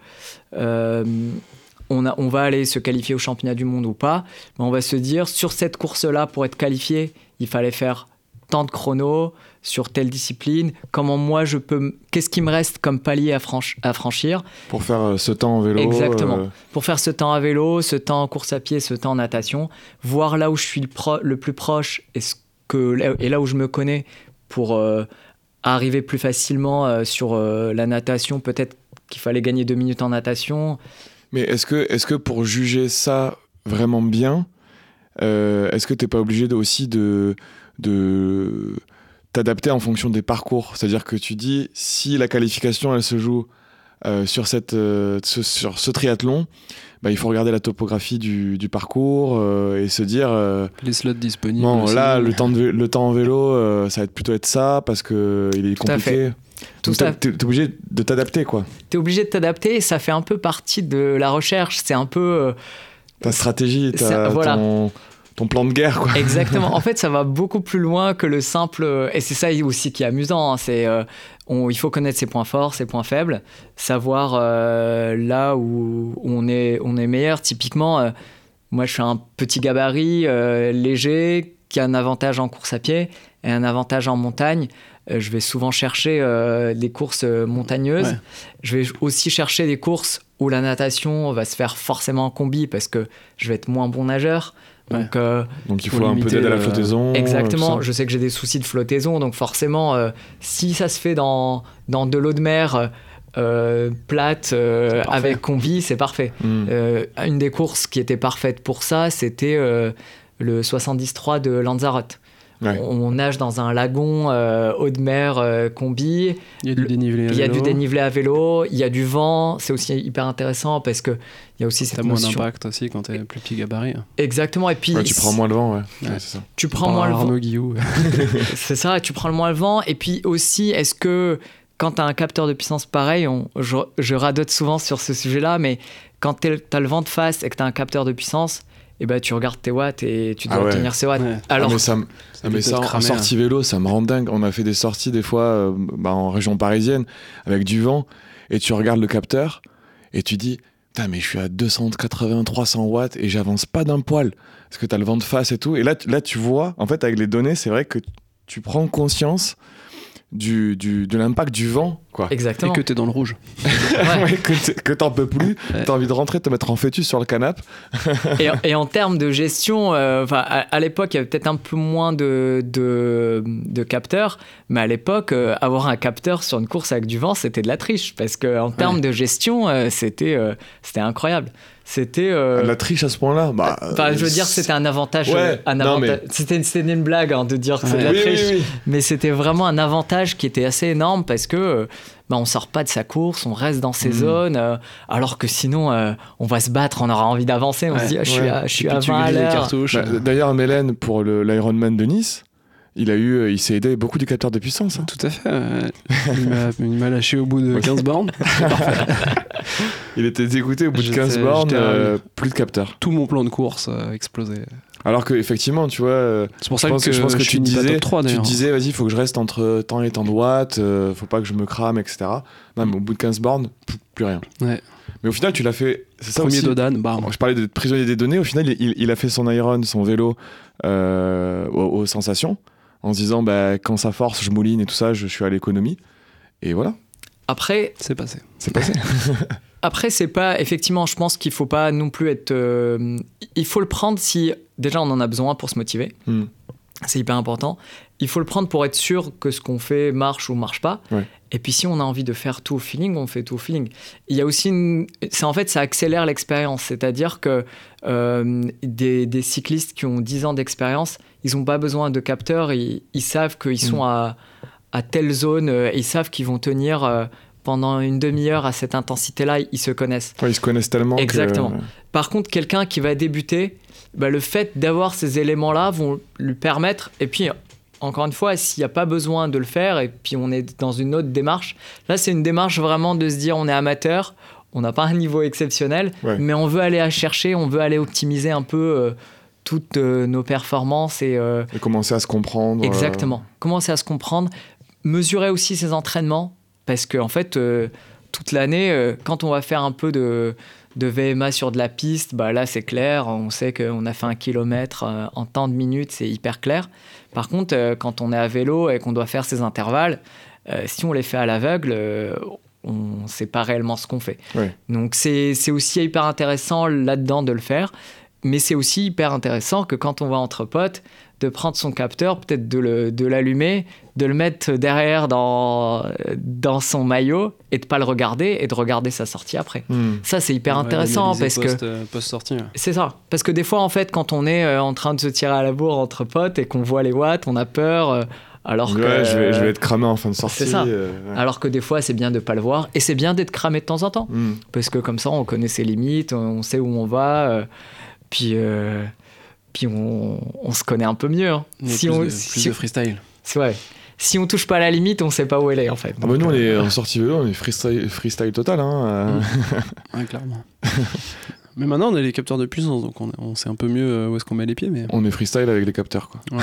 on va aller se qualifier au championnat du monde ou pas, on va se dire, sur cette course-là, pour être qualifié, il fallait faire tant de chronos sur telle discipline, qu'est-ce qui me reste comme palier à franchir pour faire ce temps en vélo. Exactement, pour faire ce temps à vélo, ce temps en course à pied, ce temps en natation, voir là où je suis le plus proche et là où je me connais pour arriver plus facilement sur la natation. Peut-être qu'il fallait gagner 2 minutes en natation. Mais est-ce que pour juger ça vraiment bien, est-ce que t'es pas obligé aussi de t'adapter en fonction des parcours? C'est-à-dire que tu dis, si la qualification elle se joue sur ce triathlon, il faut regarder la topographie du parcours et se dire les slots disponibles. Bon, aussi. là, le temps en vélo, ça va plutôt être ça parce que il est compliqué. T'es obligé de t'adapter, quoi. T'es obligé de t'adapter, et ça fait un peu partie de la recherche. C'est un peu ta stratégie, ton plan de guerre, quoi. Exactement. En fait, ça va beaucoup plus loin que le simple... Et c'est ça aussi qui est amusant. Il faut connaître ses points forts, ses points faibles, savoir là où on est meilleur. Typiquement, moi, je suis un petit gabarit léger qui a un avantage en course à pied et un avantage en montagne. Je vais souvent chercher des courses montagneuses. Ouais. Je vais aussi chercher des courses où la natation va se faire forcément en combi parce que je vais être moins bon nageur. Donc il faut un peu d'aide à la flottaison. Exactement, je sais que j'ai des soucis de flottaison, donc forcément, si ça se fait dans de l'eau de mer plate avec combi, c'est parfait. Une des courses qui était parfaite pour ça, c'était le 73 de Lanzarote. Ouais. On nage dans un lagon eau de mer combi. Il y a du dénivelé à vélo. Il y a du vent. C'est aussi hyper intéressant parce que il y a aussi cette notion. T'as moins d'impact aussi quand t'es plus petit gabarit. Exactement. Et puis tu prends moins le vent. Ouais, c'est ça. Tu prends moins le vent. Guillou. C'est ça. Tu prends moins le vent. Et puis aussi, est-ce que quand t'as un capteur de puissance pareil, je radote souvent sur ce sujet-là, mais quand t'as le vent de face et que t'as un capteur de puissance, tu regardes tes watts et tu dois obtenir ces watts. Ouais. Alors, mais ça en sortie vélo, ça me rend dingue. On a fait des sorties des fois en région parisienne avec du vent, et tu regardes le capteur et tu dis putain, mais je suis à 280, 300 watts et j'avance pas d'un poil parce que t'as le vent de face et tout. Et là tu vois, en fait, avec les données, c'est vrai que tu prends conscience de l'impact du vent, quoi. Exactement. Et que t'es dans le rouge. Ouais, que t'en peux plus, t'as envie de rentrer, de te mettre en fœtus sur le canapé. Et en termes de gestion, à l'époque, il y avait peut-être un peu moins de capteurs, mais à l'époque, avoir un capteur sur une course avec du vent, c'était de la triche, parce qu'en termes de gestion, c'était incroyable. C'était la triche à ce point-là. Je veux dire, c'était un avantage. C'était une blague de dire que c'est de la triche, oui. Mais c'était vraiment un avantage qui était assez énorme parce que on sort pas de sa course, on reste dans ses zones, alors que sinon on va se battre, on aura envie d'avancer, on se dit je suis à 20 à l'heure. D'ailleurs, Mélène, pour l'Ironman de Nice, il s'est aidé beaucoup du capteur de puissance. Hein. Tout à fait. Il m'a lâché au bout de 15 bornes. C'est parfait. Il était dégoûté au bout de 15 bornes, plus de capteur. Tout mon plan de course a explosé. Alors que effectivement, tu vois, C'est pour ça je pense que je tu suis pas disais, top 3 tu d'ailleurs. disais, vas-y, il faut que je reste entre tant et tant de watts, faut pas que je me crame, etc. Non, mais au bout de 15 bornes, plus rien. Ouais. Mais au final, tu l'as fait. C'est ça Premier aussi. Dodan, bam. Je parlais de prisonnier des données. Au final, il a fait son Iron, son vélo, aux sensations, en se disant, bah, quand ça force, je mouline et tout ça, je suis à l'économie. Et voilà, Après, C'est passé. c'est passé. Après, c'est pas. Effectivement, je pense qu'il faut pas non plus être. Il faut le prendre si. Déjà, on en a besoin pour se motiver. Hmm. C'est hyper important. Il faut le prendre pour être sûr que ce qu'on fait marche ou marche pas. Ouais. Et puis, si on a envie de faire tout au feeling, on fait tout au feeling. Il y a aussi. En fait, ça accélère l'expérience. C'est-à-dire que des cyclistes qui ont 10 ans d'expérience, ils n'ont pas besoin de capteurs. Ils savent qu'ils sont à telle zone. Ils savent qu'ils vont tenir. Pendant une demi-heure à cette intensité-là, ils se connaissent. Ouais, ils se connaissent tellement. Exactement. Par contre, quelqu'un qui va débuter, le fait d'avoir ces éléments-là vont lui permettre, et puis encore une fois, s'il n'y a pas besoin de le faire, et puis on est dans une autre démarche, là c'est une démarche vraiment de se dire on est amateur, on n'a pas un niveau exceptionnel, mais on veut aller à chercher, on veut aller optimiser un peu toutes nos performances. Et commencer à se comprendre. Exactement. Commencer à se comprendre, mesurer aussi ses entraînements. Parce qu'en fait, toute l'année, quand on va faire un peu de VMA sur de la piste, là, c'est clair. On sait qu'on a fait 1 kilomètre en tant de minutes, c'est hyper clair. Par contre, quand on est à vélo et qu'on doit faire ces intervalles, si on les fait à l'aveugle, on ne sait pas réellement ce qu'on fait. Ouais. Donc, c'est aussi hyper intéressant là-dedans de le faire. Mais c'est aussi hyper intéressant que quand on va entre potes, de prendre son capteur, peut-être de l'allumer, de le mettre derrière dans son maillot et de ne pas le regarder et de regarder sa sortie après. Ça, c'est hyper intéressant parce que... Post-sortie. Ouais. C'est ça. Parce que des fois, en fait, quand on est en train de se tirer à la bourre entre potes et qu'on voit les watts, on a peur... alors que, je vais être cramé en fin de sortie. C'est ça. Alors que des fois, c'est bien de ne pas le voir. Et c'est bien d'être cramé de temps en temps. Parce que comme ça, on connaît ses limites, on sait où on va. Puis on se connaît un peu mieux. Hein. Plus de freestyle. C'est vrai. Si on touche pas à la limite, on sait pas où elle est en fait. Donc, nous, on est en sortie vélo, on est freestyle total. Hein. Ouais, clairement. Mais maintenant, on a les capteurs de puissance, donc on sait un peu mieux où est-ce qu'on met les pieds. Mais... On est freestyle avec les capteurs, quoi. Ouais.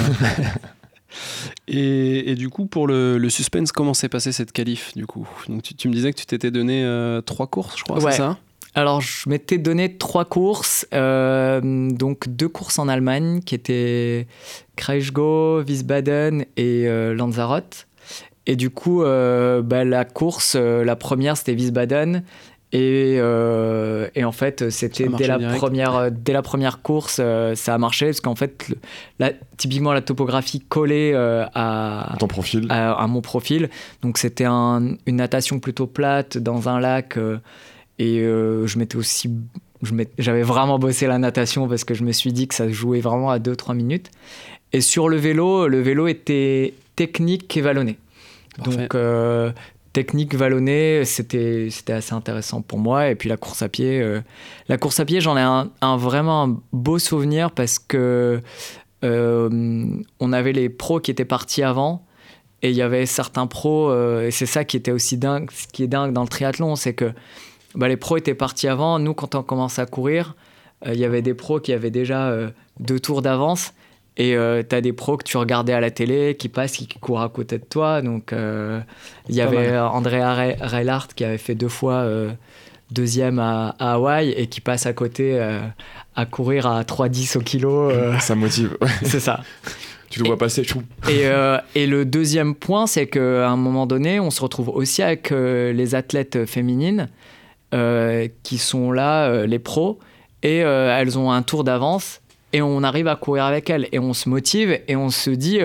Et du coup, pour le suspense, comment s'est passée cette qualif du coup ? Donc tu me disais que tu t'étais donné 3 courses, je crois, c'est ça ? Alors, je m'étais donné 3 courses, donc 2 courses en Allemagne qui étaient Kraichgau, Wiesbaden et Lanzarote. Et du coup, la course, la première, c'était Wiesbaden. Et en fait, c'était dès la première course, ça a marché parce qu'en fait, typiquement la topographie collait à ton profil, à mon profil. Donc c'était une natation plutôt plate dans un lac. Et j'avais vraiment bossé la natation parce que je me suis dit que ça se jouait vraiment à 2-3 minutes. Et sur le vélo était technique et vallonné. Parfait. Donc technique vallonnée, c'était assez intéressant pour moi. Et puis la course à pied, j'en ai vraiment un beau souvenir parce que on avait les pros qui étaient partis avant. Et il y avait certains pros, et c'est ça qui était aussi dingue, ce qui est dingue dans le triathlon, c'est que les pros étaient partis avant. Nous, quand on commence à courir, il y avait des pros qui avaient déjà 2 tours d'avance. Et tu as des pros que tu regardais à la télé qui passent, qui courent à côté de toi. Donc, il y avait Andrea Reilhardt qui avait fait 2 fois deuxième à Hawaï et qui passe à côté à courir à 3,10 au kilo. Ça motive. C'est ça. Tu le vois passer. Et le deuxième point, c'est qu'à un moment donné, on se retrouve aussi avec les athlètes féminines qui sont là, les pros, et elles ont un tour d'avance. Et on arrive à courir avec elles et on se motive et on se dit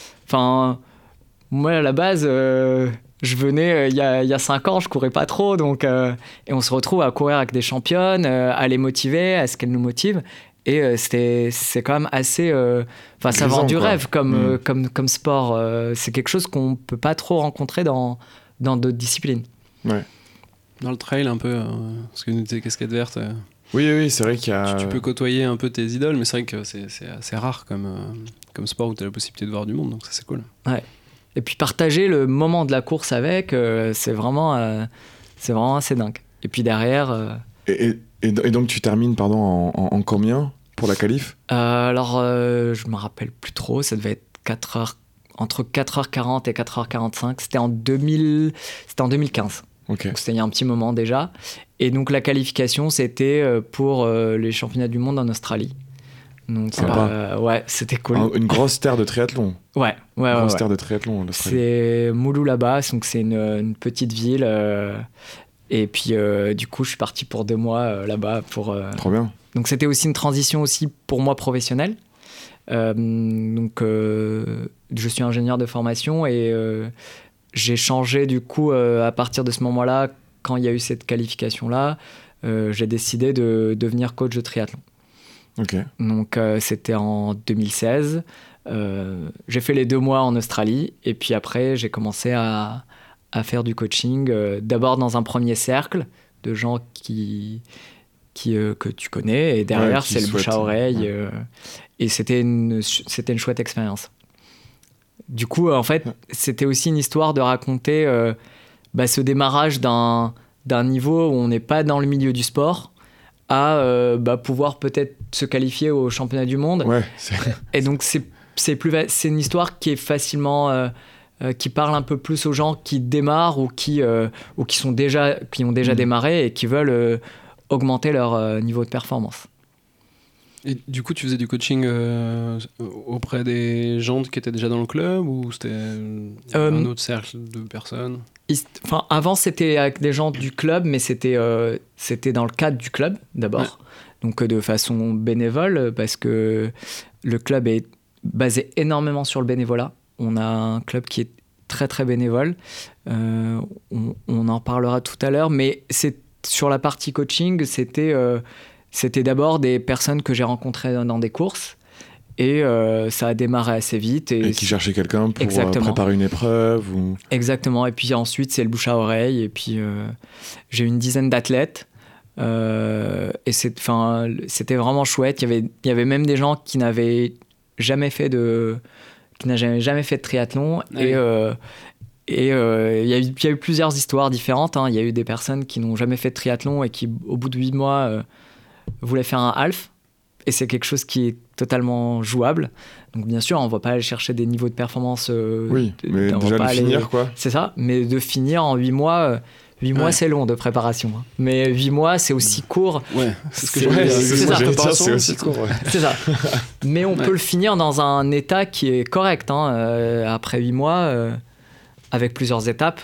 moi à la base je venais il y a 5 ans, je courais pas trop, donc et on se retrouve à courir avec des championnes, à les motiver, à ce qu'elles nous motivent, et c'est quand même assez ça vend du rêve comme sport. C'est quelque chose qu'on peut pas trop rencontrer dans d'autres disciplines. Ouais. Dans le trail un peu parce que nous tes casquettes vertes oui, c'est vrai qu'il y a... Tu peux côtoyer un peu tes idoles, mais c'est vrai que c'est assez rare comme sport où tu as la possibilité de voir du monde, donc ça c'est cool. Ouais. Et puis partager le moment de la course avec, c'est vraiment assez dingue. Et puis derrière... Et donc tu termines en combien ? pour la qualif? Je me rappelle plus trop, ça devait être entre 4h40 et 4h45. C'était en 2015. Ok. Donc c'était il y a un petit moment déjà. Et donc la qualification, c'était pour les championnats du monde en Australie. Donc ouais, c'était cool. Une grosse terre de triathlon. Ouais. Grosse terre de triathlon, l'Australie. C'est Mooloolaba, donc c'est une petite ville. Et puis du coup, je suis parti pour 2 mois là-bas. Trop bien. Donc c'était aussi une transition aussi pour moi professionnelle. Je suis ingénieur de formation et j'ai changé du coup à partir de ce moment-là, quand il y a eu cette qualification-là, j'ai décidé de devenir coach de triathlon. Ok. Donc c'était en 2016. J'ai fait les 2 mois en Australie et puis après j'ai commencé à faire du coaching, d'abord dans un premier cercle de gens que tu connais et derrière c'est le bouche à oreille et c'était une chouette expérience. Du coup en fait c'était aussi une histoire de raconter ce démarrage d'un niveau où on n'est pas dans le milieu du sport à pouvoir peut-être se qualifier au championnat du monde. Et donc c'est une histoire qui est facilement qui parle un peu plus aux gens qui démarrent ou qui ont déjà démarré et qui veulent augmenter leur niveau de performance. Et du coup, tu faisais du coaching auprès des gens qui étaient déjà dans le club ou c'était un autre cercle de personnes? Avant, c'était avec des gens du club, mais c'était dans le cadre du club d'abord. Ouais. Donc de façon bénévole, parce que le club est basé énormément sur le bénévolat. On a un club qui est très très bénévole. On en parlera tout à l'heure, mais sur la partie coaching, c'était d'abord des personnes que j'ai rencontrées dans des courses et ça a démarré assez vite. Et qui cherchaient quelqu'un pour préparer une épreuve ou... Exactement, et puis ensuite c'est le bouche à oreille et puis j'ai une dizaine d'athlètes et c'était vraiment chouette. Il y avait même des gens qui n'avaient jamais fait de triathlon. Ouais. Et il y a eu plusieurs histoires différentes. Il y a eu des personnes qui n'ont jamais fait de triathlon et qui, au bout de 8 mois, voulaient faire un half. Et c'est quelque chose qui est totalement jouable. Donc bien sûr, on ne va pas aller chercher des niveaux de performance. Oui, mais déjà de finir, quoi. C'est ça, mais de finir en 8 mois... 8 mois, c'est long de préparation. Mais 8 mois, c'est aussi court. Ouais, c'est ce que j'allais dire. C'est aussi court. Ouais. C'est ça. Mais on peut le finir dans un état qui est correct. Après 8 mois, avec plusieurs étapes.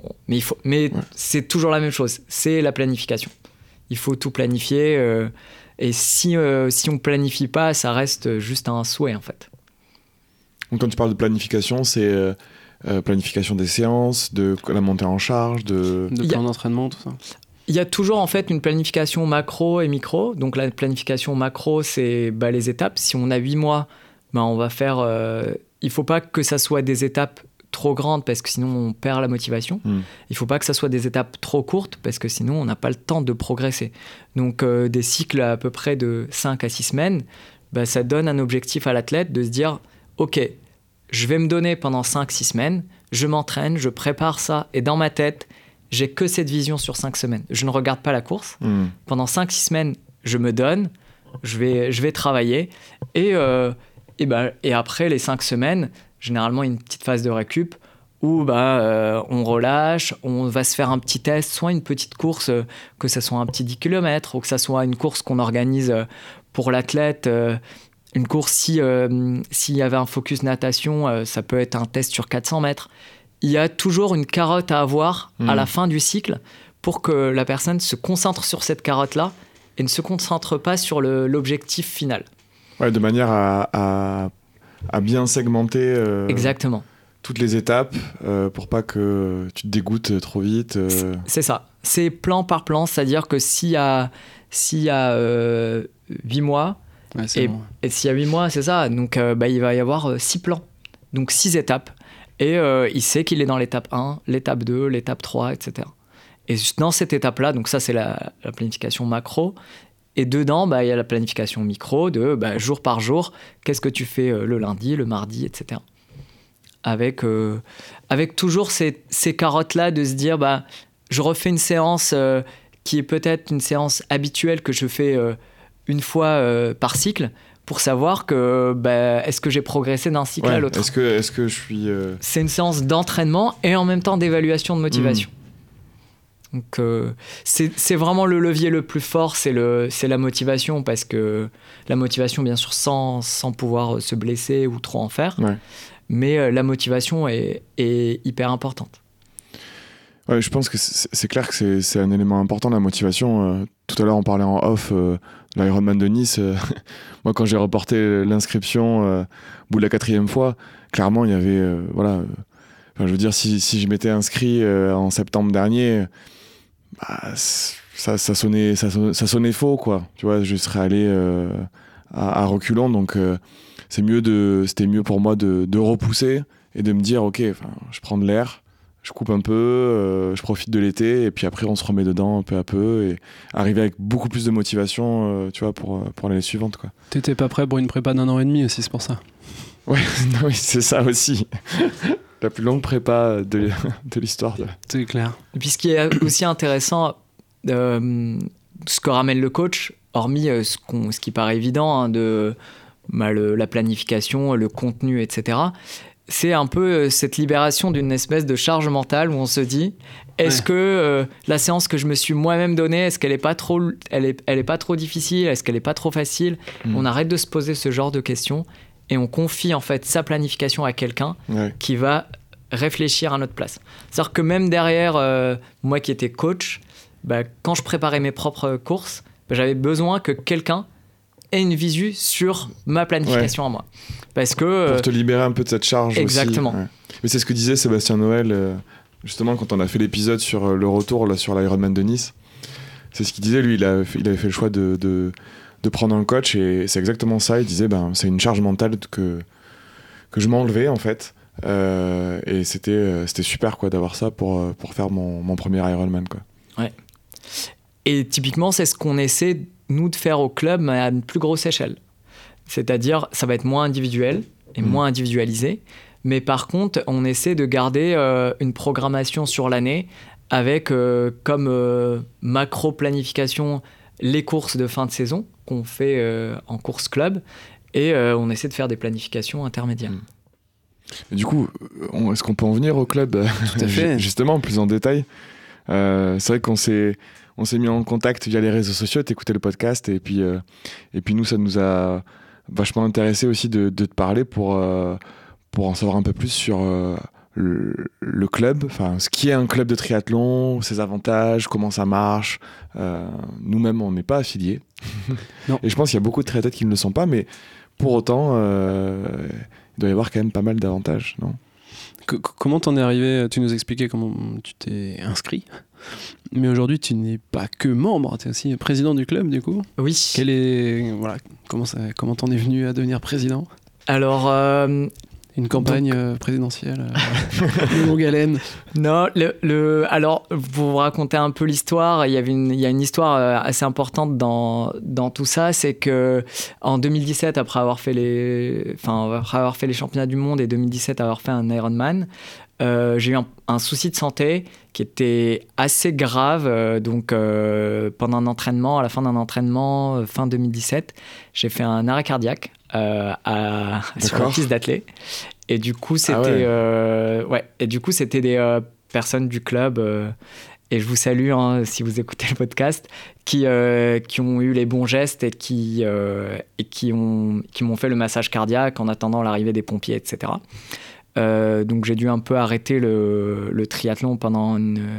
Mais c'est toujours la même chose. C'est la planification. Il faut tout planifier. Et si on ne planifie pas, ça reste juste un souhait, en fait. Donc, quand tu parles de planification, c'est... planification des séances, de la montée en charge, de plan d'entraînement, tout ça. Il y a toujours en fait une planification macro et micro. Donc la planification macro, c'est les étapes. Si on a 8 mois, on va faire... il ne faut pas que ça soit des étapes trop grandes parce que sinon on perd la motivation. Il ne faut pas que ça soit des étapes trop courtes parce que sinon on n'a pas le temps de progresser. Donc des cycles à peu près de 5 à 6 semaines, ça donne un objectif à l'athlète de se dire « Ok, je vais me donner pendant 5-6 semaines, je m'entraîne, je prépare ça, et dans ma tête, j'ai que cette vision sur 5 semaines. Je ne regarde pas la course. Pendant 5-6 semaines, je me donne, je vais travailler, et après les 5 semaines, généralement une petite phase de récup, où on relâche, on va se faire un petit test, soit une petite course, que ça soit un petit 10 km, ou que ça soit une course qu'on organise pour l'athlète, une course, s'il y avait un focus natation, ça peut être un test sur 400 mètres. Il y a toujours une carotte à avoir à la fin du cycle pour que la personne se concentre sur cette carotte-là et ne se concentre pas sur l'objectif final. Ouais, de manière à bien segmenter exactement. Toutes les étapes pour pas que tu te dégoûtes trop vite. C'est ça. C'est plan par plan, c'est-à-dire que s'il y a 8 mois... Ouais, et s'il y a 8 mois, c'est ça. Donc, il va y avoir 6 plans. Donc, 6 étapes. Et il sait qu'il est dans l'étape 1, l'étape 2, l'étape 3, etc. Et dans cette étape-là, donc ça, c'est la planification macro. Et dedans, il y a la planification micro de jour par jour. Qu'est-ce que tu fais le lundi, le mardi, etc. Avec toujours ces carottes-là de se dire, je refais une séance qui est peut-être une séance habituelle que je fais une fois par cycle pour savoir que est-ce que j'ai progressé d'un cycle à l'autre. Est-ce que je suis... C'est une séance d'entraînement et en même temps d'évaluation de motivation. Donc c'est vraiment le levier le plus fort, c'est la motivation, parce que la motivation, bien sûr, sans pouvoir se blesser ou trop en faire, mais la motivation est hyper importante. Ouais, je pense que c'est clair que c'est un élément important, la motivation. Tout à l'heure, on parlait en off de l'Ironman de Nice. Moi, quand j'ai reporté l'inscription au bout de la 4e fois, clairement, il y avait... je veux dire, si je m'étais inscrit en septembre dernier... ça sonnait faux, quoi. Tu vois, je serais allé à reculons, donc c'était mieux pour moi de repousser et de me dire, ok, je prends de l'air, je coupe un peu, je profite de l'été, et puis après on se remet dedans peu à peu, et arriver avec beaucoup plus de motivation, tu vois, pour l'année suivante, quoi. T'étais pas prêt pour une prépa d'1 an et demi aussi, c'est pour ça. Ouais, oui, c'est ça aussi. La plus longue prépa de l'histoire. C'est clair. Et puis ce qui est aussi intéressant, ce que ramène le coach, hormis ce qui paraît évident, la planification, le contenu, etc., c'est un peu cette libération d'une espèce de charge mentale où on se dit, est-ce que la séance que je me suis moi-même donnée, est-ce qu'elle n'est pas trop, elle est pas trop difficile, est-ce qu'elle n'est pas trop facile? On arrête de se poser ce genre de questions et on confie en fait sa planification à quelqu'un qui va réfléchir à notre place. C'est-à-dire que même derrière, moi qui étais coach, quand je préparais mes propres courses, j'avais besoin que quelqu'un ait une visu sur ma planification à moi. Parce que, pour te libérer un peu de cette charge exactement. Aussi. Ouais. Mais c'est ce que disait Sébastien Noël, justement, quand on a fait l'épisode sur le retour là, sur l'Ironman de Nice. C'est ce qu'il disait, lui, il avait fait le choix de prendre un coach, et c'est exactement ça. Il disait, c'est une charge mentale que je m'enlevais, en fait. Et c'était super, quoi, d'avoir ça pour faire mon premier Ironman, quoi. Ouais. Et typiquement, c'est ce qu'on essaie, nous, de faire au club, mais à une plus grosse échelle. C'est-à-dire, ça va être moins individuel et moins individualisé. Mais par contre, on essaie de garder une programmation sur l'année avec comme macro-planification les courses de fin de saison qu'on fait en course club. Et on essaie de faire des planifications intermédiaires. Et du coup, est-ce qu'on peut en venir au club? Tout à fait. Justement, plus en détail. C'est vrai qu'on s'est mis en contact via les réseaux sociaux, t'écoutais le podcast, et puis nous, ça nous a vachement intéressé aussi de te parler pour en savoir un peu plus sur le club, enfin ce qui est un club de triathlon, ses avantages, comment ça marche. Nous-mêmes, on n'est pas affiliés. Non. Et je pense qu'il y a beaucoup de triathlètes qui ne le sont pas, mais pour autant, il doit y avoir quand même pas mal d'avantages, non? Comment t'en es arrivé? Tu nous expliquais comment tu t'es inscrit, mais aujourd'hui tu n'es pas que membre, tu es aussi président du club, du coup. Oui. Comment t'en es venu à devenir président? Alors, une campagne présidentielle de longue haleine? Non, alors pour vous raconter un peu l'histoire, il y a une histoire assez importante dans tout ça, c'est que en 2017, après avoir fait les championnats du monde, et 2017 avoir fait un Ironman, j'ai eu un souci de santé qui était assez grave. Donc pendant un entraînement, à la fin d'un entraînement, fin 2017, j'ai fait un arrêt cardiaque sur la piste d'athlée. Et du coup, c'était c'était des personnes du club, et je vous salue si vous écoutez le podcast, qui ont eu les bons gestes et qui m'ont fait le massage cardiaque en attendant l'arrivée des pompiers, etc. Donc j'ai dû un peu arrêter le triathlon pendant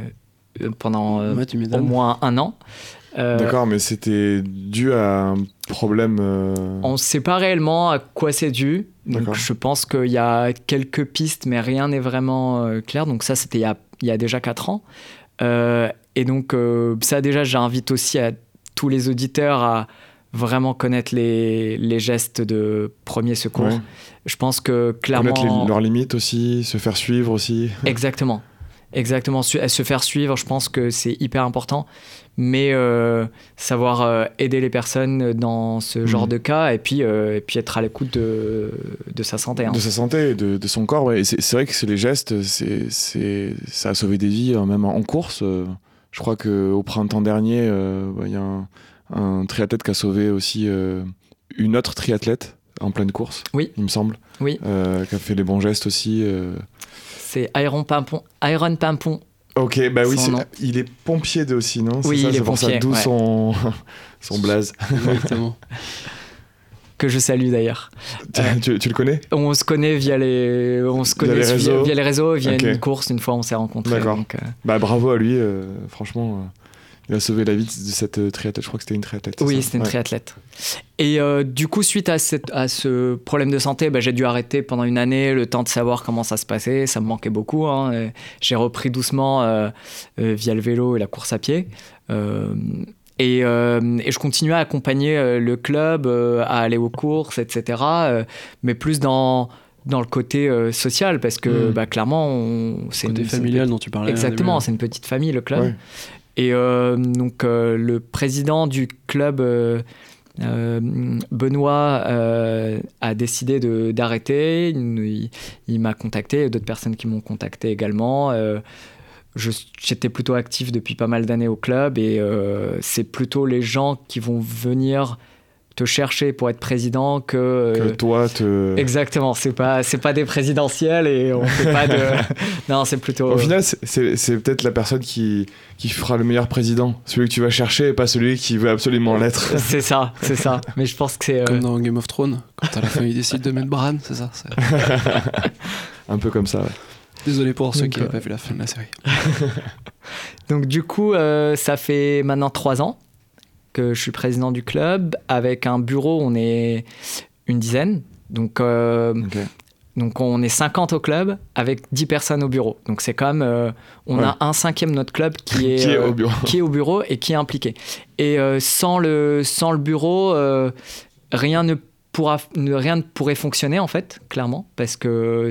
au moins 1 an. D'accord, mais c'était dû à un problème... On ne sait pas réellement à quoi c'est dû. Donc je pense qu'il y a quelques pistes, mais rien n'est vraiment clair. Donc ça, c'était il y a déjà 4 ans. Et donc ça, déjà, j'invite aussi à tous les auditeurs à vraiment connaître les gestes de premier secours. Ouais. Je pense que clairement... Connaître leurs limites aussi, se faire suivre aussi. Exactement. Se faire suivre, je pense que c'est hyper important. Mais savoir aider les personnes dans ce genre de cas, et puis être à l'écoute de sa santé. De sa santé, de son corps. Ouais. Et c'est vrai que c'est les gestes, ça a sauvé des vies, même en course. Je crois qu'au printemps dernier, y a un triathlète qui a sauvé aussi une autre triathlète en pleine course, Oui. il me semble, Oui. qui a fait les bons gestes aussi. C'est Iron Pimpon. Ok, bah oui, Son nom. il est pompier aussi, non? Oui, c'est ça, il est c'est pour ça, pompier, d'où ouais. son blaze. Exactement. Que je salue d'ailleurs. Tu le connais? On se connaît via les réseaux, via Ok. une course. Une fois, on s'est rencontrés. D'accord. Donc, Bah bravo à lui, franchement, il a sauvé la vie de cette triathlète. Je crois que c'était une triathlète. c'est oui, ça c'était une Ouais. triathlète. Et du coup, suite à ce problème de santé, j'ai dû arrêter pendant une année, le temps de savoir comment ça se passait. Ça me manquait beaucoup. Et j'ai repris doucement via le vélo et la course à pied. Et je continuais à accompagner le club, à aller aux courses, etc. Mais plus dans le côté social, parce que clairement, c'est Côté familial dont tu parlais. Exactement, c'est une petite famille, le club. Ouais. Et donc, le président du club, Benoît, a décidé d'arrêter. Il m'a contacté, d'autres personnes qui m'ont contacté également. J'étais plutôt actif depuis pas mal d'années au club et c'est plutôt les gens qui vont venir te chercher pour être président Que toi, Exactement, c'est pas des présidentielles et on fait pas de... Non, c'est plutôt... Au final, c'est peut-être la personne qui fera le meilleur président. Celui que tu vas chercher et pas celui qui veut absolument l'être. C'est ça. Mais je pense que c'est... Comme dans Game of Thrones, quand à la fin il décide de mettre Bran, c'est ça. Un peu comme ça, ouais. Désolé pour ceux qui n'avaient pas vu la fin de la série. Donc du coup, ça fait maintenant 3 ans que je suis président du club. Avec un bureau, on est une dizaine. Donc on est 50 au club avec 10 personnes au bureau. Donc c'est quand même... on a 1/5 de notre club qui est au bureau et qui est impliqué. Et sans le bureau, rien ne pourrait fonctionner en fait, clairement, parce que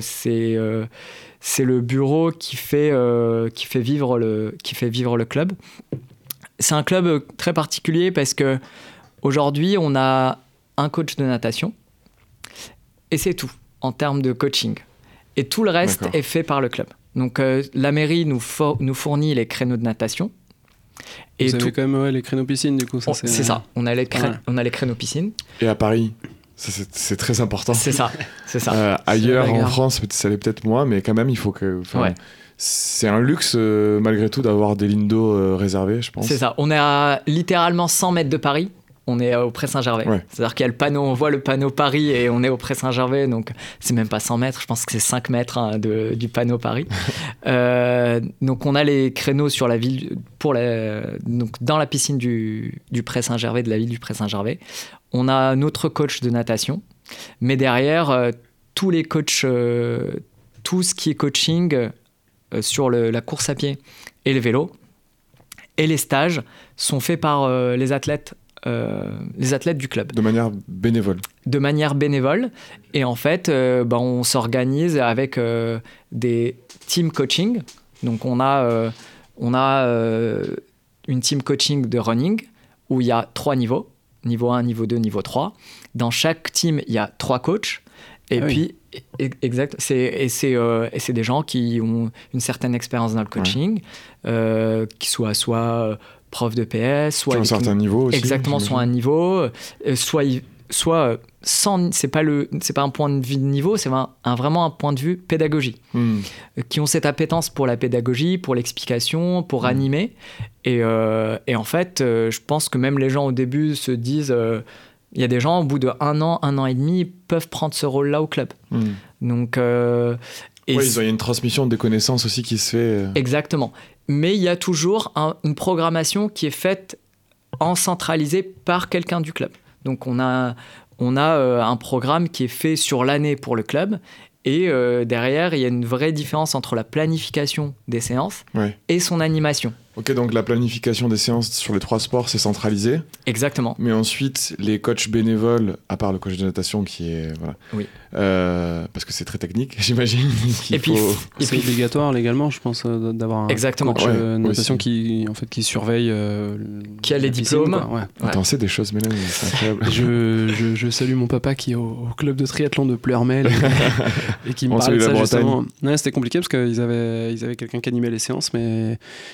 c'est le bureau qui fait vivre le club. C'est un club très particulier parce que aujourd'hui on a un coach de natation et c'est tout en termes de coaching. Et tout le reste est fait par le club. Donc la mairie nous fournit les créneaux de natation. Et vous avez quand même les créneaux piscine du coup. C'est ça. On a les créneaux piscine. Et à Paris, c'est très important. C'est ça. Ailleurs en France, ça l'est peut-être moins, mais quand même il faut que. C'est un luxe malgré tout d'avoir des lignes d'eau réservées, je pense. C'est ça. On est à littéralement 100 mètres de Paris. On est au Pré-Saint-Gervais. Ouais. C'est-à-dire qu'il y a le panneau, on voit le panneau Paris et on est au Pré-Saint-Gervais. Donc c'est même pas 100 mètres, je pense que c'est 5 mètres du panneau Paris. Donc on a les créneaux sur la ville, donc dans la piscine du Pré-Saint-Gervais, de la ville du Pré-Saint-Gervais. On a notre coach de natation. Mais derrière, tous les coachs, tout ce qui est coaching sur la course à pied et le vélo et les stages sont faits par les athlètes du club. De manière bénévole. Et en fait, on s'organise avec des team coaching. Donc on a une team coaching de running où il y a 3 niveaux. Niveau 1, niveau 2, niveau 3. Dans chaque team, il y a 3 coachs. Et puis, exact, c'est des gens qui ont une certaine expérience dans le coaching, qui soit prof de PS, soit... Sur un certain niveau aussi. Exactement, soit un niveau, soit sans... C'est pas un point de vue de niveau, c'est vraiment un point de vue pédagogie. Qui ont cette appétence pour la pédagogie, pour l'explication, pour animer. Et en fait, je pense que même les gens au début se disent... Il y a des gens, au bout de 1 an et demi, peuvent prendre ce rôle-là au club. Donc, il y a une transmission des connaissances aussi qui se fait. Exactement. Mais il y a toujours une programmation qui est faite en centralisé par quelqu'un du club. Donc, on a un programme qui est fait sur l'année pour le club. Et derrière, il y a une vraie différence entre la planification des séances et son animation. Ok, donc la planification des séances sur les 3 sports, c'est centralisé. Exactement. Mais ensuite, les coachs bénévoles, à part le coach de natation qui est... Voilà, oui. Parce que c'est très technique, j'imagine. C'est obligatoire légalement, je pense, d'avoir un coach de natation qui surveille... qui a les diplômes. T'en sais des choses, Mélène, c'est incroyable. Je salue mon papa qui est au club de triathlon de Pleurmel et qui me parlait de ça justement. Ouais, c'était compliqué parce qu'ils avaient quelqu'un qui animait les séances, mais ils n'avaient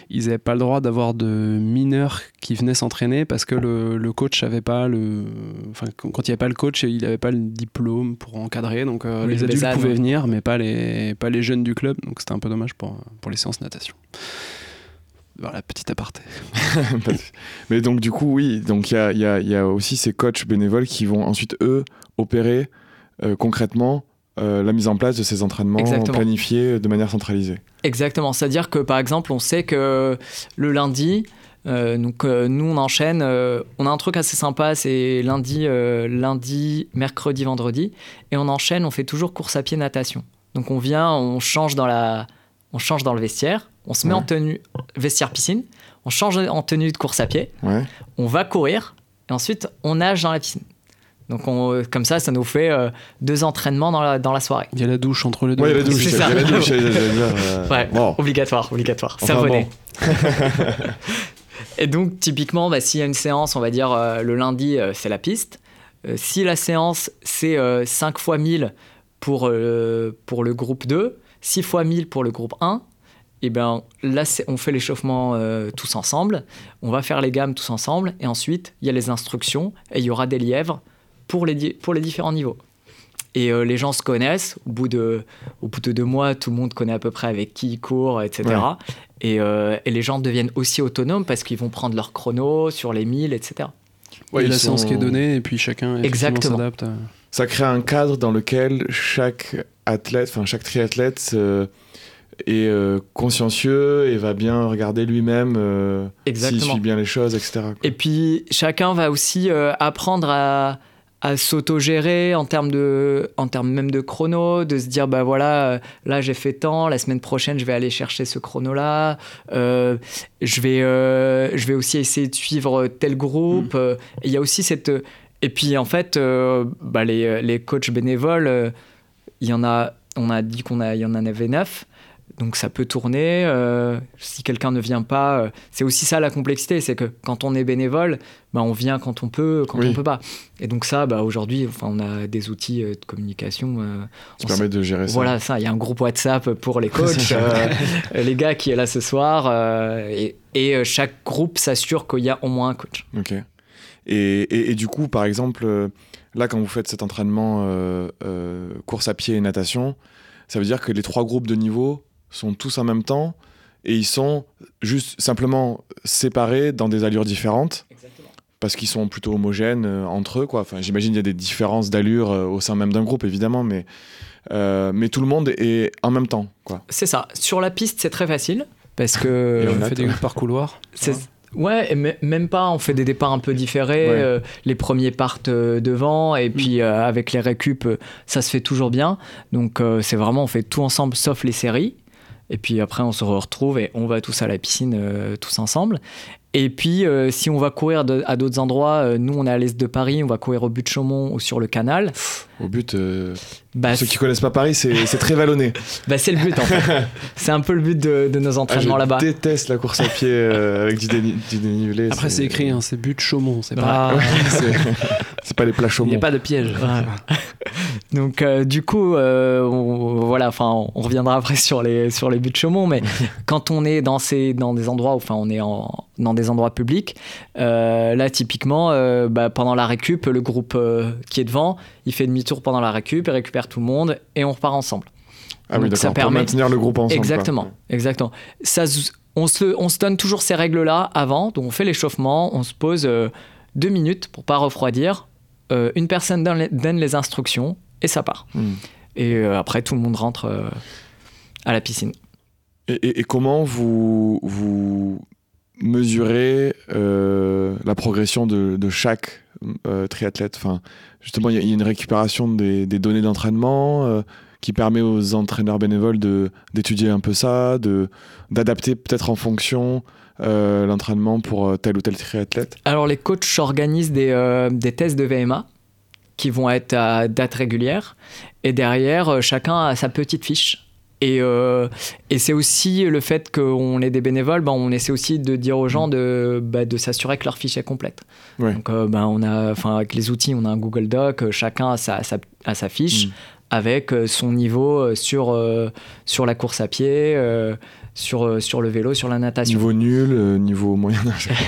pas le droit d'avoir de mineurs qui venaient s'entraîner parce que le coach avait pas quand il n'y avait pas le coach, il n'avait pas le diplôme pour encadrer, donc les adultes pouvaient venir, mais pas les jeunes du club, donc c'était un peu dommage pour les séances natation. Voilà, petit aparté. Mais donc du coup, oui, donc il y a aussi ces coachs bénévoles qui vont ensuite, eux, opérer concrètement la mise en place de ces entraînements planifiés de manière centralisée. Exactement, c'est-à-dire que par exemple, on sait que le lundi, nous on enchaîne, on a un truc assez sympa, c'est lundi, mercredi, vendredi, et on enchaîne, on fait toujours course à pied, natation. Donc on vient, on change dans le vestiaire, on se met en tenue vestiaire piscine, on change en tenue de course à pied, on va courir, et ensuite on nage dans la piscine. Donc comme ça nous fait 2 entraînements dans la soirée. Il y a la douche entre les deux. Oui, il y a la douche. C'est ça. Ouais, bon. Obligatoire. Savonné. Et donc typiquement, s'il y a une séance, on va dire le lundi, c'est la piste. Si la séance, c'est 5 fois 1000 pour le groupe 2, 6 fois 1000 pour le groupe 1, et ben là on fait l'échauffement tous ensemble, on va faire les gammes tous ensemble, et ensuite il y a les instructions et il y aura des lièvres pour les différents niveaux. Et les gens se connaissent, au bout de 2 mois, tout le monde connaît à peu près avec qui il court, etc. Ouais. Et les gens deviennent aussi autonomes parce qu'ils vont prendre leur chrono sur les 1000, etc. Ouais, il y a la séance qui est donnée et puis chacun s'adapte. Ça crée un cadre dans lequel chaque triathlète est consciencieux et va bien regarder lui-même s'il suit bien les choses, etc. Et puis chacun va aussi apprendre à s'auto-gérer en termes même de chrono, de se dire là j'ai fait tant, la semaine prochaine je vais aller chercher ce chrono là, je vais aussi essayer de suivre tel groupe. Il y a aussi et puis en fait les coachs bénévoles, on a dit il y en avait 9. Donc ça peut tourner, si quelqu'un ne vient pas, c'est aussi ça la complexité, c'est que quand on est bénévole, on vient quand on peut, on peut pas. Et donc ça, aujourd'hui, on a des outils de communication qui permettent de gérer ça. Voilà, ça, il y a un groupe WhatsApp pour les coachs, les gars qui est là ce soir, et chaque groupe s'assure qu'il y a au moins un coach. Ok. Et du coup, par exemple, là quand vous faites cet entraînement course à pied et natation, ça veut dire que les 3 groupes de niveau sont tous en même temps et ils sont juste simplement séparés dans des allures différentes. Exactement. Parce qu'ils sont plutôt homogènes entre eux, quoi. Enfin, j'imagine qu'il y a des différences d'allure au sein même d'un groupe, évidemment, mais tout le monde est en même temps, quoi. C'est ça. Sur la piste, c'est très facile parce que... Et on fait des par couloir. Ouais, et même pas, on fait des départs un peu différés, les premiers partent devant, et puis avec les récup, ça se fait toujours bien. Donc c'est vraiment, on fait tout ensemble sauf les séries, et puis après on se retrouve et on va tous à la piscine tous ensemble. Et puis si on va courir à d'autres endroits, nous on est à l'est de Paris, on va courir au but de Chaumont ou sur le canal. Au but, pour ceux qui connaissent pas Paris, c'est très vallonné. C'est le but en fait. C'est un peu le but de nos entraînements là-bas. Je déteste la course à pied avec du dénivelé. Après c'est écrit, c'est but de Chaumont, c'est pas... c'est pas les plats Chaumont. Il n'y a pas de piège. Donc du coup, on reviendra après sur les buts de Chaumont, mais quand on est dans des endroits où on est dans des endroits publics, là typiquement pendant la récup, le groupe qui est devant, il fait demi-tour pendant la récup, il récupère tout le monde et on repart ensemble. Ah donc, oui, d'accord, ça permet... pour maintenir le groupe ensemble. Exactement. Ça, on se donne toujours ces règles-là avant, donc on fait l'échauffement, on se pose 2 minutes pour pas refroidir, une personne donne les instructions et ça part. Et après tout le monde rentre à la piscine. Et comment vous mesurer la progression de chaque triathlète? Enfin, justement, il y a une récupération des données d'entraînement qui permet aux entraîneurs bénévoles d'étudier un peu ça, d'adapter peut-être en fonction l'entraînement pour tel ou tel triathlète. Alors les coachs organisent des tests de VMA qui vont être à date régulière, et derrière chacun a sa petite fiche. Et c'est aussi le fait qu'on est des bénévoles, on essaie aussi de dire aux gens de s'assurer que leur fiche est complète. Ouais. Donc avec les outils, on a un Google Doc, chacun a sa fiche avec son niveau sur la course à pied, sur le vélo, sur la natation. Niveau nul, niveau moyen.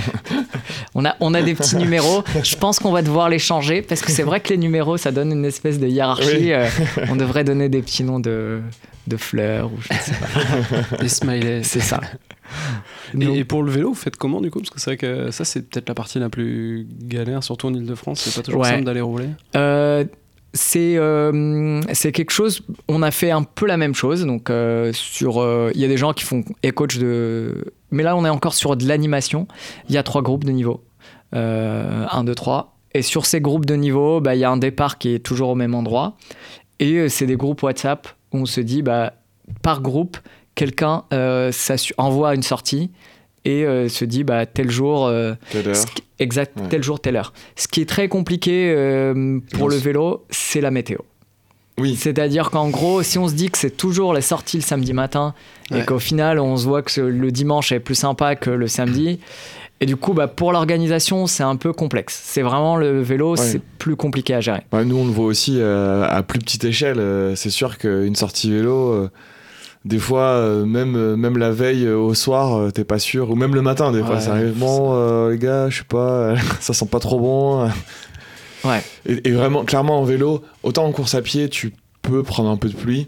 On a des petits numéros. Je pense qu'on va devoir les changer parce que c'est vrai que les numéros, ça donne une espèce de hiérarchie. Oui. On devrait donner des petits noms de fleurs ou je sais pas. Des smileys. C'est ça. Et pour le vélo, vous faites comment du coup? Parce que c'est vrai que ça, c'est peut-être la partie la plus galère, surtout en Ile-de-France. C'est pas toujours simple d'aller rouler. C'est quelque chose. On a fait un peu la même chose. Donc, il y a des gens qui font coach de. Mais là, on est encore sur de l'animation. Il y a 3 groupes de niveau. 1, 2, 3. Et sur ces groupes de niveau, il y a un départ qui est toujours au même endroit. Et c'est des groupes WhatsApp où on se dit, par groupe, quelqu'un envoie une sortie et se dit, tel jour, telle heure. Tel jour, telle heure. Ce qui est très compliqué pour le vélo, c'est la météo. Oui. C'est-à-dire qu'en gros, si on se dit que c'est toujours les sorties le samedi matin et qu'au final, on se voit que le dimanche est plus sympa que le samedi, et du coup, pour l'organisation, c'est un peu complexe. C'est vraiment le vélo, c'est plus compliqué à gérer. Nous, on le voit aussi à plus petite échelle. C'est sûr qu'une sortie vélo, des fois, même la veille au soir, t'es pas sûr. Ou même le matin, des fois, ça arrive. Bon, les gars, je sais pas, ça sent pas trop bon. Ouais. Et vraiment, clairement, en vélo, autant en course à pied, tu peux prendre un peu de pluie.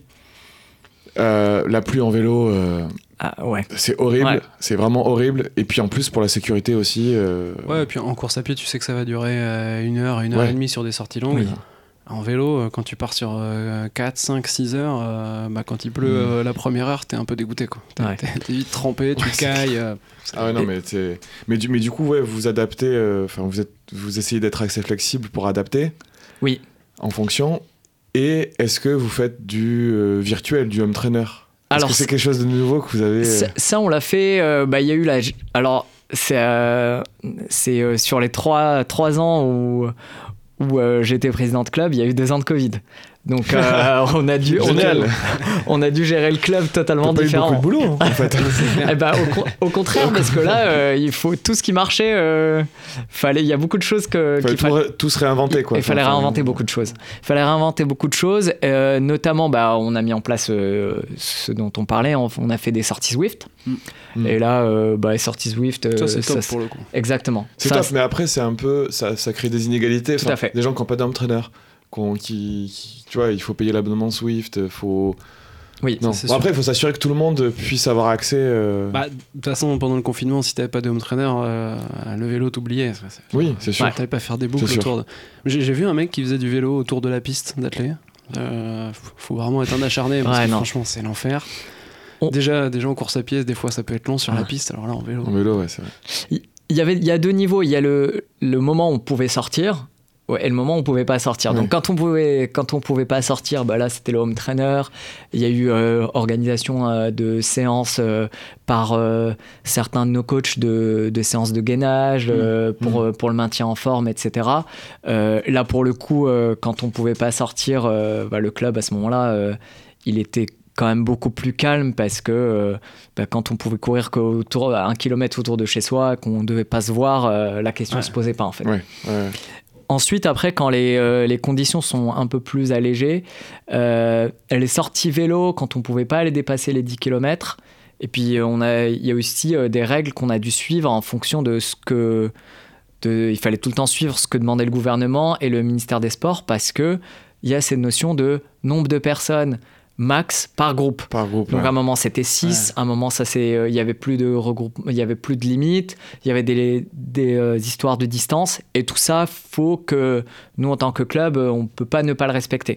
La pluie en vélo, c'est horrible. C'est vraiment horrible. Et puis en plus, pour la sécurité aussi. Ouais, et puis en course à pied, tu sais que ça va durer 1 heure, 1 heure et demie sur des sorties longues. Oui. En vélo, quand tu pars sur 4, 5, 6 heures, quand il pleut la première heure, t'es un peu dégoûté, quoi. T'es vite trempé, tu cailles. Mais du coup, vous adaptez, vous essayez d'être assez flexible pour adapter. Oui. En fonction. Et est-ce que vous faites du virtuel, du home trainer? Est-ce que c'est quelque chose de nouveau que vous avez Ça, on l'a fait. Il y a eu alors, c'est sur les 3 ans où j'étais président de club, il y a eu 2 ans de Covid. Donc on a dû gérer le club totalement différent. T'as pas eu beaucoup de boulot, en fait. Au contraire, parce que là, il faut tout ce qui marchait. Il y a beaucoup de choses qu'il fallait tout se réinventer, quoi. Il fallait réinventer beaucoup de choses. Notamment, on a mis en place ce dont on parlait. On a fait des sorties Zwift. Et là, les sorties Zwift. Ça, c'est top pour le coup. Exactement. C'est top, mais après, c'est un peu. Ça crée des inégalités. Tout à fait. Des gens qui n'ont pas d'entraîneur. Tu vois, il faut payer l'abonnement Swift, Oui, non. Après, il faut s'assurer que tout le monde puisse avoir accès. De toute façon, pendant le confinement, si t'avais pas de home trainer, le vélo t'oubliait. Oui, c'est sûr. T'avais pas à faire des boucles autour de. J'ai vu un mec qui faisait du vélo autour de la piste d'athlée. Faut vraiment être un acharné parce que franchement, c'est l'enfer. Déjà en course à pied, des fois, ça peut être long sur la piste. Alors là, en vélo. En vélo, c'est vrai. Il y a 2 niveaux. Il y a le moment où on pouvait sortir. Et le moment où on pouvait pas sortir. Donc quand on pouvait pas sortir, là c'était le home trainer. Il y a eu organisation de séances par certains de nos coachs de séances de gainage pour le maintien en forme, etc. Là pour le coup, quand on pouvait pas sortir, le club à ce moment-là, il était quand même beaucoup plus calme parce que quand on pouvait courir à 1 kilomètre autour de chez soi, qu'on devait pas se voir, la question se posait pas en fait. Ensuite, après, quand les conditions sont un peu plus allégées, les sorties vélo, quand on pouvait pas aller dépasser les 10 km, et puis il y a aussi des règles qu'on a dû suivre en fonction de ce que... il fallait tout le temps suivre ce que demandait le gouvernement et le ministère des Sports, parce qu'il y a cette notion de nombre de personnes max par groupe. Donc à un moment c'était 6, à un moment il y avait plus de regroupement, il y avait plus de limites, il y avait des histoires de distance, et tout ça faut que nous en tant que club on peut pas ne pas le respecter.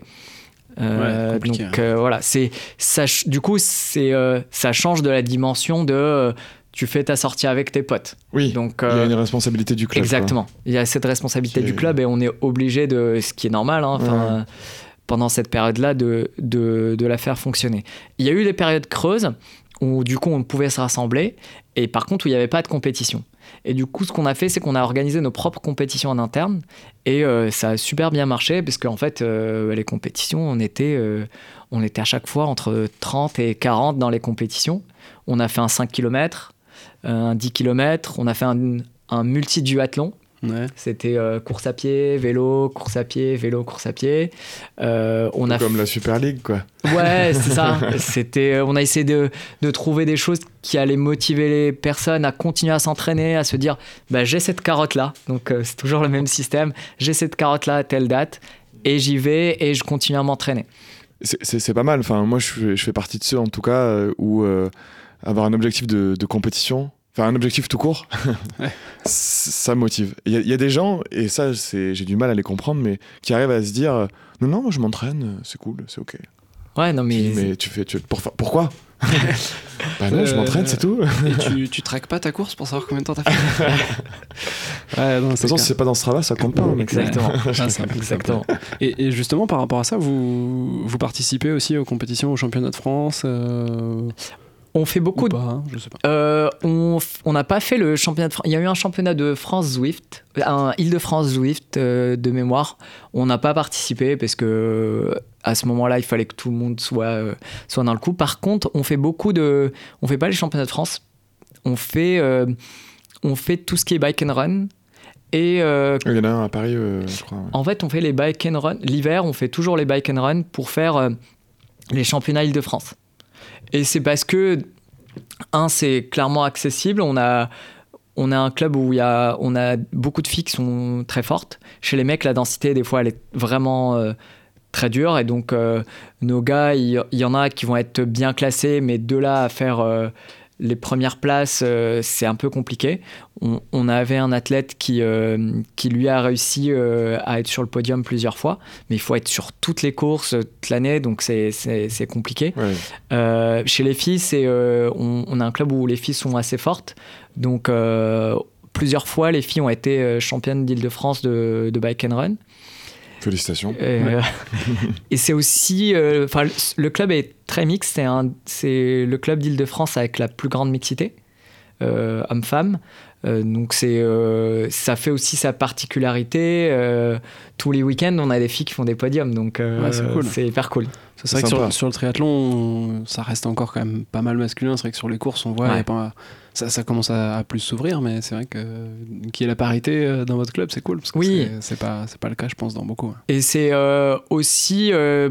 Donc voilà, du coup ça change de la dimension de tu fais ta sortie avec tes potes. Oui, donc, il y a une responsabilité du club. Exactement, il y a cette responsabilité du club et on est obligé de, ce qui est normal, pendant cette période-là, de la faire fonctionner. Il y a eu des périodes creuses où du coup on pouvait se rassembler, et par contre où il n'y avait pas de compétition. Et du coup ce qu'on a fait, c'est qu'on a organisé nos propres compétitions en interne, et ça a super bien marché, parce qu'en fait les compétitions, on était à chaque fois entre 30 et 40 dans les compétitions. On a fait un 5 km, un 10 km, on a fait un multi-duathlon. Ouais. C'était course à pied, vélo, course à pied, vélo, course à pied. Comme la Super League, quoi. Ouais, c'est ça. On a essayé de trouver des choses qui allaient motiver les personnes à continuer à s'entraîner, à se dire j'ai cette carotte-là. Donc, c'est toujours le même système. J'ai cette carotte-là à telle date et j'y vais et je continue à m'entraîner. C'est pas mal. Enfin, moi, je fais partie de ceux, en tout cas, où avoir un objectif de compétition, enfin, un objectif tout court, ouais. Ça motive. Il y a des gens, et ça, j'ai du mal à les comprendre, mais qui arrivent à se dire non, moi, je m'entraîne, c'est cool, c'est OK. Ouais, non, mais pourquoi non, je m'entraîne, c'est tout. Et tu traques pas ta course pour savoir combien de temps t'as fait. Ouais, non, de toute façon, si c'est pas dans Strava, ça compte pas. Exactement. Exactement. Et justement, par rapport à ça, vous participez aussi aux compétitions, aux championnats de France On fait beaucoup de... Pas, je sais pas. On n'a pas fait le championnat de France. Il y a eu un championnat de France Zwift, un Île-de-France Zwift de mémoire. On n'a pas participé parce que à ce moment-là, il fallait que tout le monde soit dans le coup. Par contre, on fait pas les championnats de France. On fait tout ce qui est bike and run. Et, il y en a un à Paris, je crois. Ouais. En fait, on fait les bike and run. L'hiver, on fait toujours les bike and run pour faire les championnats Île-de-France. Et c'est parce que, c'est clairement accessible. On a un club où on a beaucoup de filles qui sont très fortes. Chez les mecs, la densité, des fois, elle est vraiment très dure. Et donc, nos gars, il y en a qui vont être bien classés, mais de là à faire les premières places, c'est un peu compliqué. On avait un athlète qui lui a réussi à être sur le podium plusieurs fois, mais il faut être sur toutes les courses toute l'année, donc c'est compliqué. Ouais. Chez les filles, on a un club où les filles sont assez fortes, donc plusieurs fois les filles ont été championnes d'Île-de-France de bike and run. Félicitations. Et c'est aussi... le club est très mixte. C'est le club d'Île-de-France avec la plus grande mixité, hommes-femmes. Donc ça fait aussi sa particularité. Tous les week-ends, on a des filles qui font des podiums. Donc c'est cool. C'est hyper cool. C'est vrai que sur le triathlon, ça reste encore quand même pas mal masculin. C'est vrai que sur les courses, on voit... Ouais. Ça commence à plus s'ouvrir, mais c'est vrai qu'il y ait la parité dans votre club, c'est cool, parce que c'est pas le cas, je pense, dans beaucoup. Et c'est aussi,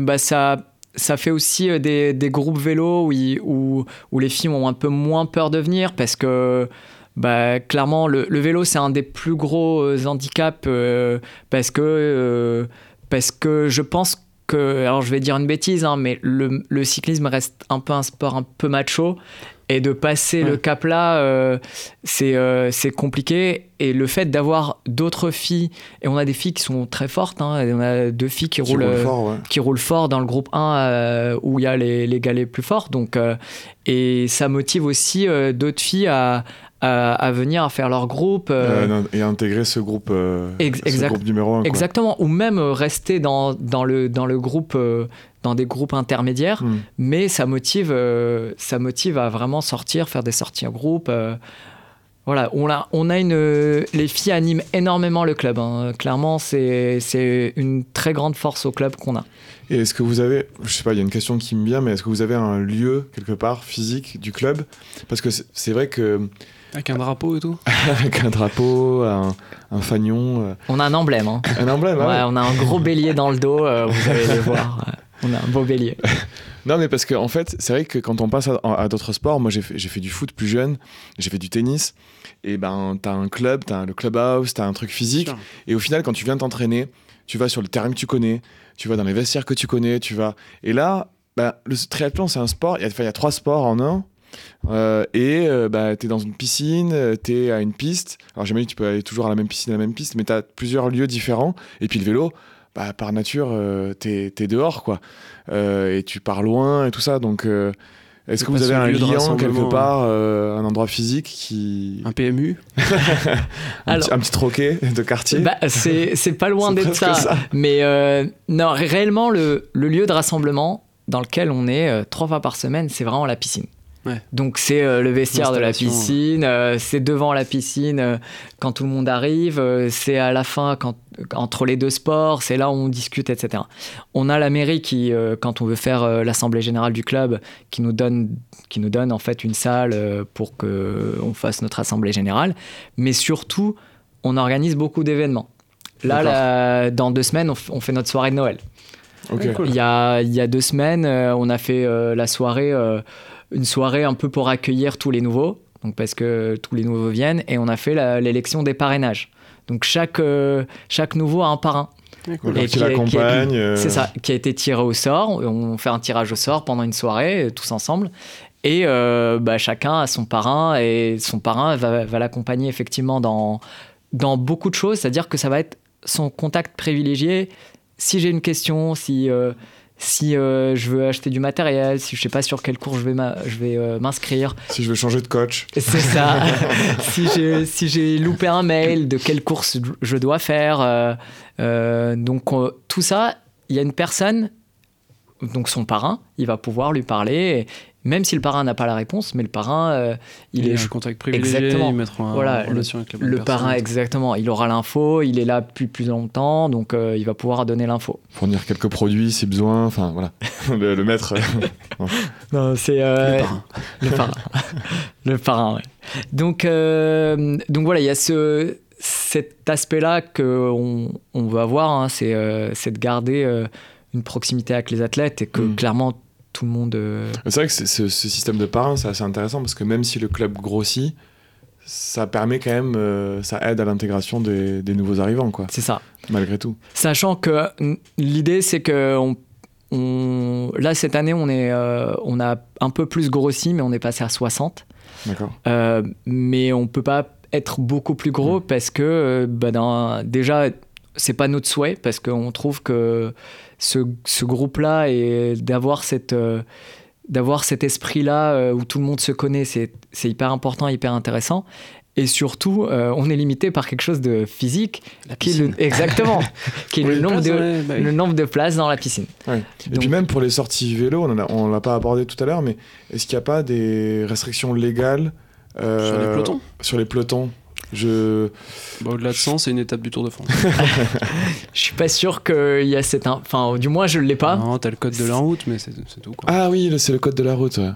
ça fait aussi des groupes vélo où les filles ont un peu moins peur de venir, parce que clairement, le vélo, c'est un des plus gros handicaps, parce que je pense que, alors je vais dire une bêtise, mais le cyclisme reste un peu un sport un peu macho. Et de passer le cap là, c'est compliqué. Et le fait d'avoir d'autres filles, et on a des filles qui sont très fortes, et on a 2 filles qui roulent fort dans le groupe 1 où il y a les gars les plus forts. Donc, et ça motive aussi d'autres filles à venir à faire leur groupe. Et à intégrer ce groupe, ce groupe numéro 1. Quoi. Exactement, ou même rester dans le groupe... dans des groupes intermédiaires, mais ça motive à vraiment sortir, faire des sorties en groupe. Voilà, les filles animent énormément le club. Clairement, c'est une très grande force au club qu'on a. Et est-ce que vous avez, je sais pas, il y a une question qui me vient, mais est-ce que vous avez un lieu quelque part physique du club ? Parce que c'est vrai que avec un drapeau et tout. Avec un drapeau, un fagnon. On a un emblème. Un emblème, ouais. On a un gros bélier dans le dos. Vous allez le voir. On a un beau bélier. Non, mais parce qu'en fait, c'est vrai que quand on passe à d'autres sports, moi j'ai fait du foot plus jeune, j'ai fait du tennis, et t'as un club, t'as le clubhouse, t'as un truc physique, sure. Et au final, quand tu viens t'entraîner, tu vas sur le terrain que tu connais, tu vas dans les vestiaires que tu connais, et là, le triathlon, c'est un sport, il y a 3 sports en un. T'es dans une piscine, t'es à une piste. Alors j'imagine que tu peux aller toujours à la même piste, mais t'as plusieurs lieux différents. Et puis le vélo, par nature, t'es dehors, quoi. Et tu pars loin et tout ça. Donc, est-ce que vous avez un lien quelque part, un endroit physique qui... Un PMU un petit troquet de quartier c'est pas loin d'être ça. Mais non, réellement, le lieu de rassemblement dans lequel on est 3 fois par semaine, c'est vraiment la piscine. Ouais. Donc c'est le vestiaire de la piscine, c'est devant la piscine quand tout le monde arrive, c'est à la fin entre les 2 sports, c'est là où on discute, etc. On a la mairie qui, quand on veut faire l'assemblée générale du club, qui nous donne en fait une salle pour qu'on fasse notre assemblée générale, mais surtout on organise beaucoup d'événements. Là, dans 2 semaines, on fait notre soirée de Noël. Ok. Cool. Il y a 2 semaines, on a fait la soirée, une soirée un peu pour accueillir tous les nouveaux, donc parce que tous les nouveaux viennent, et on a fait l'élection des parrainages. Donc chaque nouveau a un parrain. D'accord, Et qui l'accompagne. C'est ça, qui a été tiré au sort. On fait un tirage au sort pendant une soirée, tous ensemble. Et chacun a son parrain, et son parrain va l'accompagner effectivement dans beaucoup de choses. C'est-à-dire que ça va être son contact privilégié. Si j'ai une question, si je veux acheter du matériel, si je sais pas sur quel cours je vais m'inscrire. Si je veux changer de coach. C'est ça. si j'ai loupé un mail, de quelle course je dois faire. Donc tout ça, il y a une personne, donc son parrain, il va pouvoir lui parler. Même si le parrain n'a pas la réponse, mais le parrain, il est un contact privilégié, exactement. il mettra en relation avec la bonne le personne. parrain, exactement. Il aura l'info, il est là depuis plus longtemps, donc il va pouvoir donner l'info. Fournir quelques produits si besoin, enfin voilà. le maître. Non, c'est Le parrain. le parrain. Le parrain, ouais. Donc voilà, il y a cet aspect-là qu'on veut avoir, hein, c'est de garder une proximité avec les athlètes et que clairement tout le monde... C'est vrai que ce système de parrain, c'est assez intéressant parce que même si le club grossit, ça permet quand même, ça aide à l'intégration des nouveaux arrivants, quoi. C'est ça. Malgré tout. Sachant que l'idée, c'est que là, cette année, on a un peu plus grossi, mais on est passé à 60. D'accord. Mais on ne peut pas être beaucoup plus gros parce que déjà, c'est pas notre souhait, parce qu'on trouve que ce groupe-là et d'avoir cet esprit-là où tout le monde se connaît, c'est hyper important, hyper intéressant. Et surtout, on est limité par quelque chose de physique, exactement, qui est le nombre de places dans la piscine. Ouais. Et puis même pour les sorties vélo, on l'a pas abordé tout à l'heure, mais est-ce qu'il n'y a pas des restrictions légales sur les pelotons? Sur les pelotons. Au-delà de 100, c'est une étape du Tour de France. Je suis pas sûr qu'il y a enfin, du moins, je l'ai pas. Non, t'as le code de la route, mais c'est tout, quoi. Ah oui, c'est le code de la route. Ouais.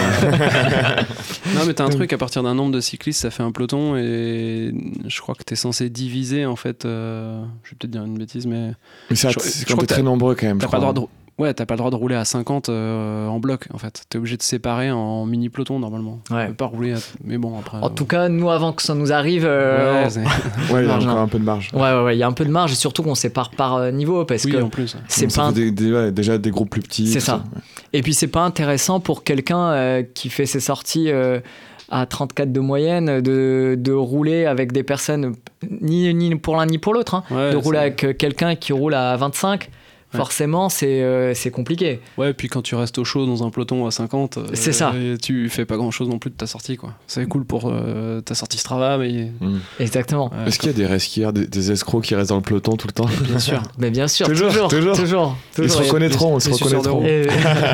Non, mais t'as un truc, à partir d'un nombre de cyclistes, ça fait un peloton, et je crois que t'es censé diviser, en fait. Je vais peut-être dire une bêtise, mais. Mais c'est quand t'es très nombreux, quand même. T'as pas le droit de. Ouais, t'as pas le droit de rouler à 50 en bloc, en fait. T'es obligé de séparer en mini-peloton, normalement. Ouais. Tu peux pas rouler, mais bon, après... En tout cas, nous, avant que ça nous arrive... il y a encore un peu de marge. Ouais, il y a un peu de marge, et surtout qu'on sépare par niveau, parce que... en plus. C'est pas déjà des groupes plus petits. C'est ça. Ouais. Et puis, c'est pas intéressant pour quelqu'un qui fait ses sorties... à 34 de moyenne, de rouler avec des personnes, ni pour l'un ni pour l'autre, hein, de rouler avec quelqu'un qui roule à 25... Forcément, c'est compliqué. Ouais, puis quand tu restes au chaud dans un peloton à 50, c'est ça. Tu fais pas grand-chose non plus de ta sortie, quoi. C'est cool pour ta sortie Strava, mais... Exactement. Est-ce qu'il y a des resquiers, des escrocs qui restent dans le peloton tout le temps? Bien sûr. Mais bien sûr, toujours. Ils se reconnaîtront, Et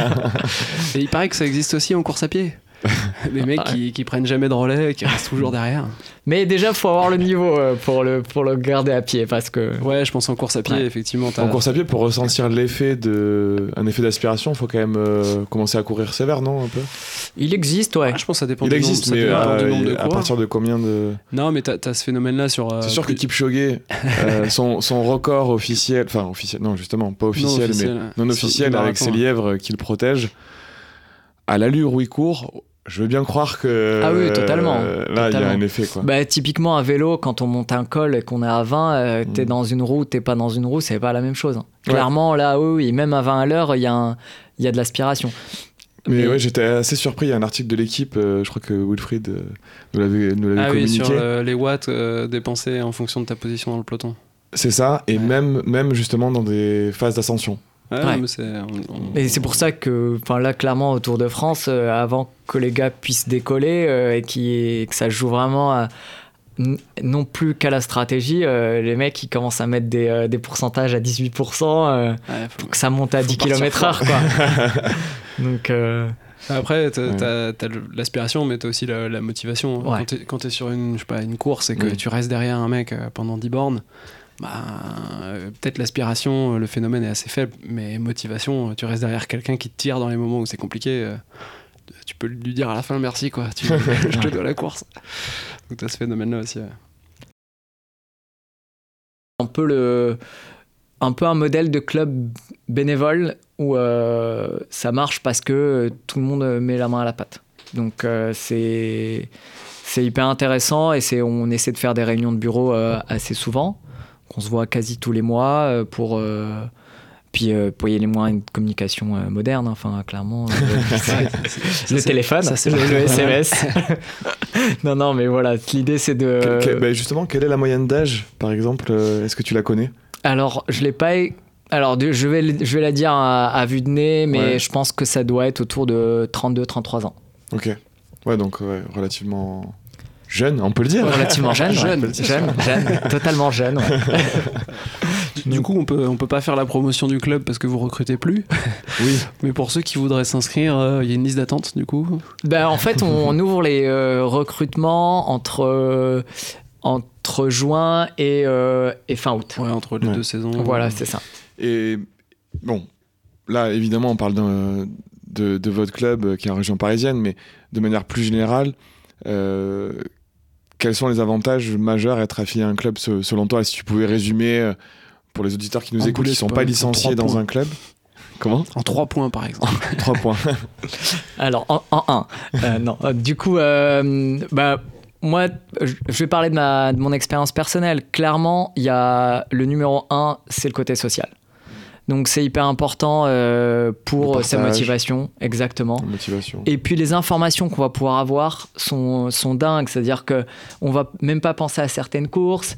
il paraît que ça existe aussi en course à pied. Des mecs qui prennent jamais de relais, qui restent toujours derrière. Mais déjà, faut avoir le niveau pour le garder à pied, parce que... Ouais, je pense en course à pied, effectivement. En course à pied, pour ressentir un effet d'aspiration, il faut quand même commencer à courir sévère, non, un peu? Il existe, ouais. Je pense que ça dépend du nombre de coureurs. À partir de combien de... Non, mais t'as ce phénomène-là sur... C'est sûr que Kipchoge, son record officiel... Enfin, officiel, non, justement, pas officiel, mais non officiel, avec ses lièvres qui le protègent, à l'allure où il court... Je veux bien croire que ah oui, totalement. Là, il y a un effet, quoi. Bah, typiquement, à vélo, quand on monte un col et qu'on est à 20, t'es dans une roue, t'es pas dans une roue, c'est pas la même chose. Clairement, là, oui, même à 20 à l'heure, il y a de l'aspiration. Mais ouais, j'étais assez surpris. Il y a un article de l'équipe, je crois que Wilfried nous l'avait communiqué. Oui, sur les watts dépensés en fonction de ta position dans le peloton. C'est ça, et même justement dans des phases d'ascension. Ouais. Et c'est pour ça que là, clairement, au Tour de France, avant que les gars puissent décoller et que ça joue vraiment non plus qu'à la stratégie, les mecs ils commencent à mettre des pourcentages à 18% pour que ça monte à 10 km/h, quoi. Donc après t'as l'aspiration, mais t'as aussi la motivation. Ouais. Quand t'es sur une course et que tu restes derrière un mec pendant 10 bornes, peut-être l'aspiration, le phénomène est assez faible, mais motivation, tu restes derrière quelqu'un qui te tire dans les moments où c'est compliqué, tu peux lui dire à la fin merci, quoi. Je te dois la course. Donc t'as ce phénomène là aussi. peu un modèle de club bénévole où ça marche parce que tout le monde met la main à la pâte. Donc c'est hyper intéressant et on essaie de faire des réunions de bureau assez souvent. On se voit quasi tous les mois pour y a les moyens de communication modernes, enfin clairement le téléphone, le SMS. non mais voilà, l'idée c'est de justement, quelle est la moyenne d'âge par exemple, est-ce que tu la connais? Alors je l'ai pas. Alors je vais la dire à vue de nez, mais je pense que ça doit être autour de 32-33 ans. Ok. Ouais, donc relativement jeune, on peut le dire. Relativement jeune, totalement jeune. Ouais. Du coup, on peut pas faire la promotion du club parce que vous recrutez plus. Oui. Mais pour ceux qui voudraient s'inscrire, il y a une liste d'attente du coup. En fait, on ouvre les recrutements entre juin et fin août. Ouais, entre les deux saisons. Voilà, c'est ça. Et bon, là, évidemment, on parle de votre club qui est en région parisienne, mais de manière plus générale, quels sont les avantages majeurs à être affilié à un club selon toi? Si tu pouvais résumer pour les auditeurs qui nous écoutent, qui ne sont pas licenciés dans un club. Comment? En 3 points, par exemple. 3 points. Alors, en 1. Non, du coup, moi, je vais parler de mon expérience personnelle. Clairement, il y a le numéro 1, c'est le côté social. Donc, c'est hyper important pour sa motivation. Exactement. Motivation. Et puis, les informations qu'on va pouvoir avoir sont dingues. C'est-à-dire qu'on ne va même pas penser à certaines courses.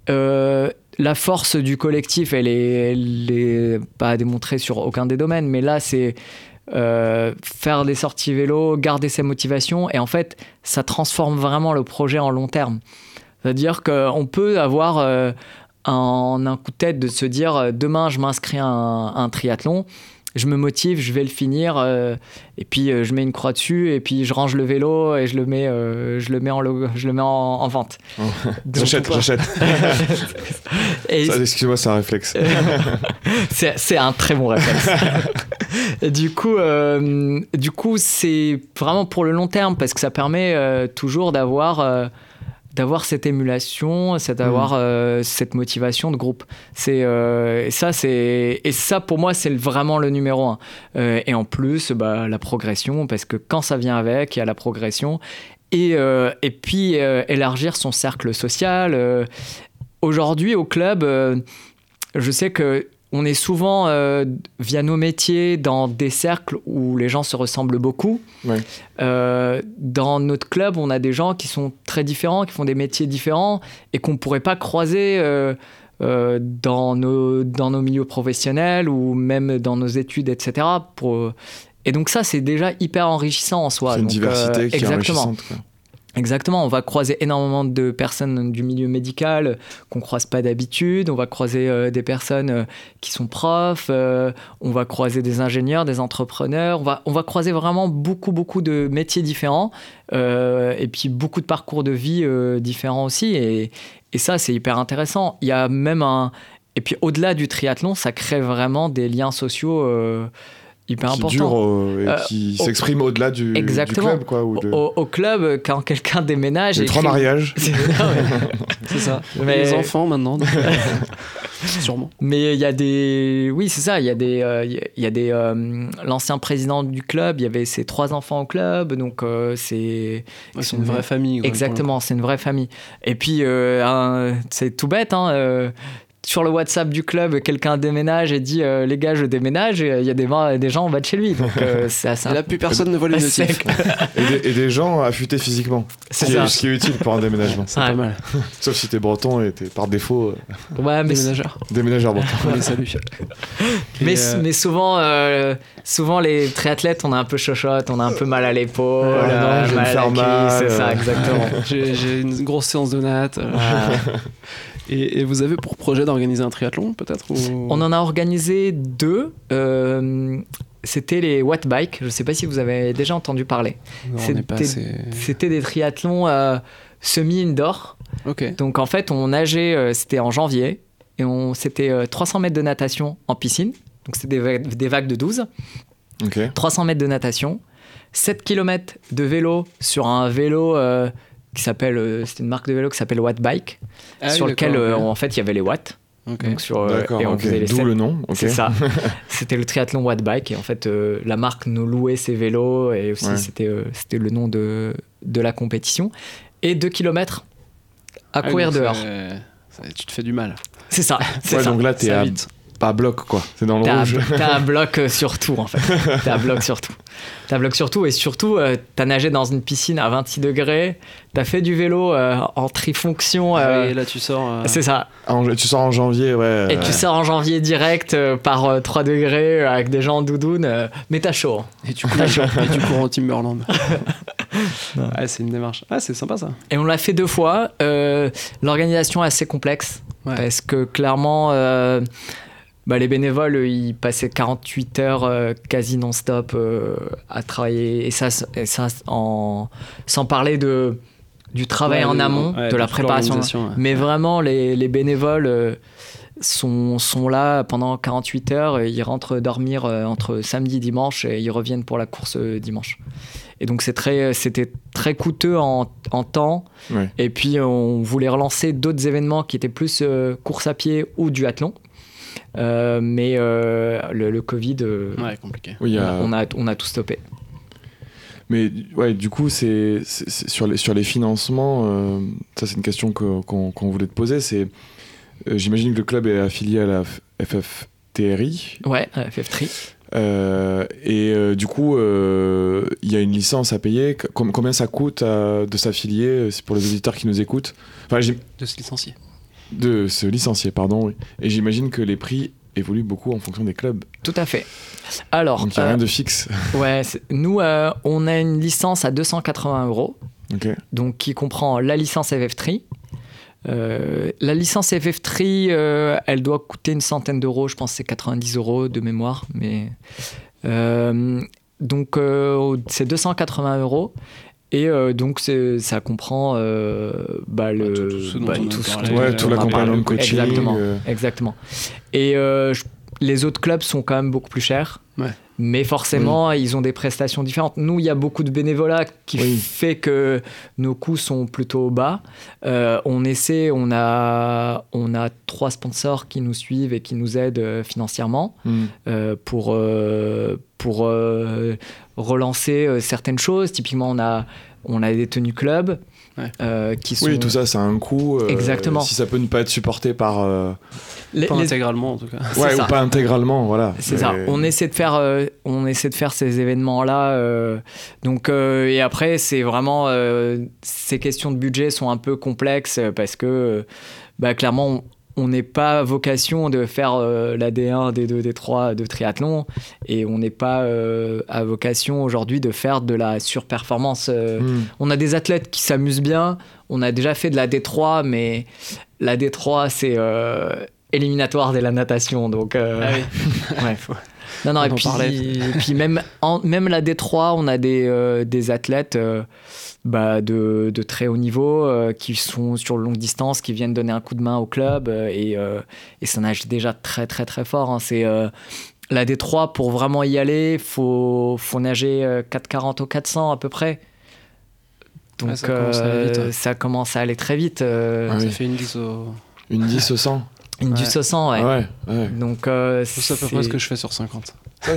La force du collectif, elle est pas démontrée sur aucun des domaines, mais là, c'est faire des sorties vélo, garder sa motivation, et en fait, ça transforme vraiment le projet en long terme. C'est-à-dire qu'on peut avoir en un coup de tête de se dire demain, je m'inscris à un triathlon, je me motive, je vais le finir, et puis je mets une croix dessus, et puis je range le vélo et je le mets en vente. Oh. J'achète. Excuse-moi, c'est un réflexe. c'est un très bon réflexe. Et du coup, c'est vraiment pour le long terme parce que ça permet toujours d'avoir cette émulation, cette motivation de groupe. Et ça pour moi c'est vraiment le numéro 1. Et en plus la progression, parce que quand ça vient avec, il y a la progression et puis élargir son cercle social. Aujourd'hui au club, je sais que on est souvent, via nos métiers, dans des cercles où les gens se ressemblent beaucoup. Ouais. Dans notre club, on a des gens qui sont très différents, qui font des métiers différents et qu'on ne pourrait pas croiser dans nos milieux professionnels ou même dans nos études, etc. Et donc ça, c'est déjà hyper enrichissant en soi. C'est une diversité qui est enrichissante, quoi. Exactement, on va croiser énormément de personnes du milieu médical qu'on ne croise pas d'habitude, on va croiser des personnes qui sont profs, on va croiser des ingénieurs, des entrepreneurs, on va croiser vraiment beaucoup de métiers différents et puis beaucoup de parcours de vie différents aussi et ça c'est hyper intéressant. Il y a même et puis au-delà du triathlon, ça crée vraiment des liens sociaux hyper important. Qui dure et qui s'exprime au-delà du club, quoi. Au club, quand quelqu'un déménage... Il y a 3 mariages. C'est ça. Mais les enfants, maintenant. Sûrement. Mais il y a des... Oui, c'est ça. Il y a des... L'ancien président du club, il y avait ses 3 enfants au club, donc c'est... Ouais, c'est une vraie famille. Quoi, exactement, c'est une vraie famille. Et puis, c'est tout bête, sur le WhatsApp du club, quelqu'un déménage et dit les gars, je déménage, il y a des gens en bas de chez lui. Donc c'est assez. Et là, plus personne ne voit les notifs. et des gens affûtés physiquement. Ce qui est utile pour un déménagement. C'est pas mal. Sauf si t'es breton et t'es par défaut. Déménageur. Déménageur breton. On les salue. Mais souvent, les triathlètes, on a un peu chochotte, on a un peu mal à l'épaule, je vais me faire mal. C'est ça, exactement. J'ai une grosse séance de natte. Et vous avez pour projet d'organiser un triathlon, peut-être On en a organisé 2. C'était les watt bike. Je ne sais pas si vous avez déjà entendu parler. Non, c'était des triathlons semi-indoor. Okay. Donc en fait, on nageait, c'était en janvier, et c'était 300 mètres de natation en piscine. Donc c'était des vagues de 12. Okay. 300 mètres de natation, 7 km de vélo sur un vélo... qui s'appelle, c'était une marque de vélo qui s'appelle Watt Bike, sur lequel en fait il y avait les watts. Ok. Donc D'accord, et on ok. faisait les D'où sept- le nom. Ok. C'est ça. C'était le triathlon Wattbike et en fait la marque nous louait ses vélos et aussi Ouais. c'était le nom de la compétition. Et 2 km à courir donc dehors. Tu te fais du mal. C'est ça. C'est Ouais, ça. donc là, t'es Ça à vite. pas bloc, quoi. C'est dans le T'as rouge. un bloc sur tout en fait. T'as un bloc sur tout. T'as un bloc sur tout et surtout t'as nagé dans une piscine à 26 degrés. T'as fait du vélo en trifonction. Et là, tu sors. C'est ça. Tu sors en janvier, ouais. Et tu sors en janvier direct par 3 degrés avec des gens en doudoune. Mais t'as chaud. Hein. Et tu cours en Timberland. Ouais, c'est une démarche. Ah, c'est sympa ça. Et on l'a fait 2 fois. L'organisation est assez complexe Ouais. parce que clairement, les bénévoles, ils passaient 48 heures quasi non-stop à travailler. Et ça sans parler du travail en amont, de la toute préparation. l'organisation, ouais. Mais vraiment, les bénévoles sont là pendant 48 heures. Et ils rentrent dormir entre samedi et dimanche et ils reviennent pour la course dimanche. Et donc c'était très coûteux en temps. Ouais. Et puis on voulait relancer d'autres événements qui étaient plus course à pied ou duathlon. Mais le Covid, Ouais, compliqué. Oui, il y a- on a tout stoppé. Mais ouais, du coup, c'est sur les financements, ça c'est une question qu'on voulait te poser. J'imagine que le club est affilié à la FFTRI. Ouais, FF3. Du coup, il y a une licence à payer. Combien ça coûte de s'affilier, c'est pour les auditeurs qui nous écoutent, De se licencier. de se licencier, pardon. Oui. Et j'imagine que les prix évoluent beaucoup en fonction des clubs. Tout à fait. Alors, Donc il n'y a rien de fixe. ouais, nous, on a une licence à 280 €, Ok. donc qui comprend la licence FF3. La licence FF3, elle doit coûter une centaine d'euros, je pense que c'est 90 € de mémoire, mais donc c'est 280 €. Et donc ça comprend tout ce dont on a parlé. Ouais, tout on en l'accompagnement parle. coaching. Exactement. Et les autres clubs sont quand même beaucoup plus chers. Ouais. Mais forcément, ils ont des prestations différentes. Nous, il y a beaucoup de bénévolat qui fait que nos coûts sont plutôt bas. On a 3 sponsors qui nous suivent et qui nous aident financièrement pour relancer certaines choses. Typiquement, on a des tenues club. Qui sont... Oui, tout ça, ça a un coût. Exactement. Si ça peut ne pas être supporté par. Pas intégralement, en tout cas. Ouais, ça. ou pas intégralement, voilà. C'est ça. On essaie de faire ces événements-là. Et après, c'est vraiment ces questions de budget sont un peu complexes parce que clairement, on n'est pas vocation de faire la D1, D2, D3 de triathlon et on n'est pas à vocation aujourd'hui de faire de la surperformance. On a des athlètes qui s'amusent bien. On a déjà fait de la D3, mais la D3, c'est éliminatoire de la natation. Donc, ouais. Non, On et en parlait. puis même la D3, on a des athlètes de très haut niveau qui sont sur longue distance, qui viennent donner un coup de main au club et ça nage déjà très très très fort. Hein. C'est la D3, pour vraiment y aller, faut nager 4,40 au 400 à peu près. Donc ça commence à aller vite, ouais. ça commence à aller très vite. Ça fait une 10 au... Une 10 au 100. Une du 100, ouais. Ouais. Donc C'est à peu près ce que je fais sur 50.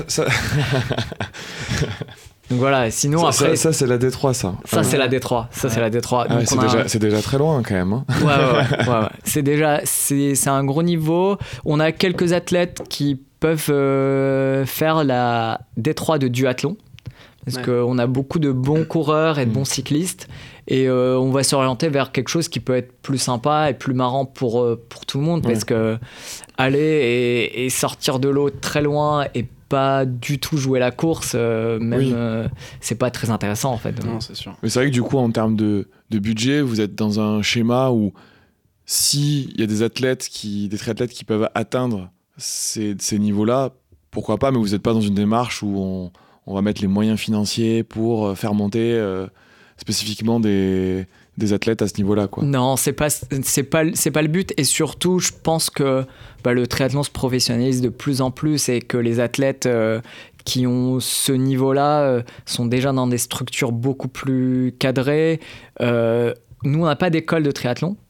Donc voilà, sinon après... Ça, c'est la D3, ça. Ça, c'est la D3. Ça, c'est la D3. Ah, Donc, c'est déjà très loin, quand même. Hein. Ouais. C'est un gros niveau. On a quelques athlètes qui peuvent faire la D3 de duathlon. Parce qu'on a beaucoup de bons coureurs et de bons cyclistes. Et on va s'orienter vers quelque chose qui peut être plus sympa et plus marrant pour tout le monde. Parce que aller et sortir de l'eau très loin et pas du tout jouer la course, c'est pas très intéressant en fait. Non, c'est sûr. Mais c'est vrai que du coup, en termes de budget, vous êtes dans un schéma où s'il y a des triathlètes qui peuvent atteindre ces niveaux-là, pourquoi pas, mais vous n'êtes pas dans une démarche où on va mettre les moyens financiers pour faire monter spécifiquement des athlètes à ce niveau-là, quoi. Non, c'est pas le but. Et surtout, je pense que le triathlon se professionnalise de plus en plus et que les athlètes qui ont ce niveau-là sont déjà dans des structures beaucoup plus cadrées. Nous, on n'a pas d'école de triathlon.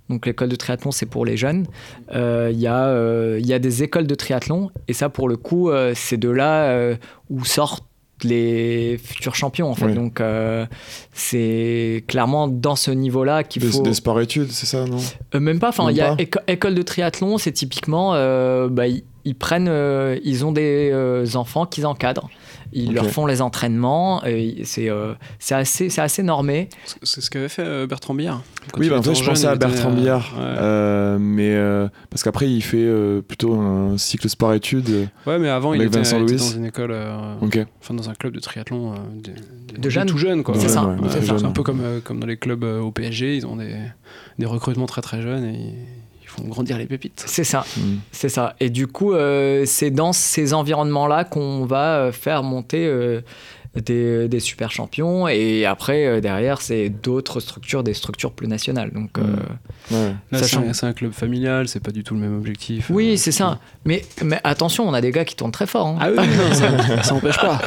Donc l'école de triathlon, c'est pour les jeunes. Il y a des écoles de triathlon, et ça, pour le coup, c'est de là où sortent les futurs champions, en fait. Donc c'est clairement dans ce niveau-là qu'il faut... Des sports-études, c'est ça, non ? Même pas. Enfin, il y a école de triathlon, c'est typiquement... ils prennent... ils ont des enfants qu'ils encadrent. Ils leur font les entraînements. C'est assez normé. C'est ce qu'avait fait Bertrand Billard. Oui, en fait, je pensais à Bertrand Billard. Mais parce qu'après, il fait plutôt un cycle sport-études. Ouais, mais avant, il était dans une école, dans un club de triathlon de jeunes. Tout jeunes, quoi. C'est ça. C'est un peu comme dans les clubs au PSG, ils ont des recrutements très très jeunes et ils font grandir les pépites. C'est ça. C'est ça. Et du coup, c'est dans ces environnements-là qu'on va faire monter des super champions, et après derrière c'est d'autres structures, des structures plus nationales. Donc là, c'est un club familial, c'est pas du tout le même objectif. Oui, c'est ça. Mais attention, on a des gars qui tournent très fort. Hein. Ah oui, non, ça n'empêche pas.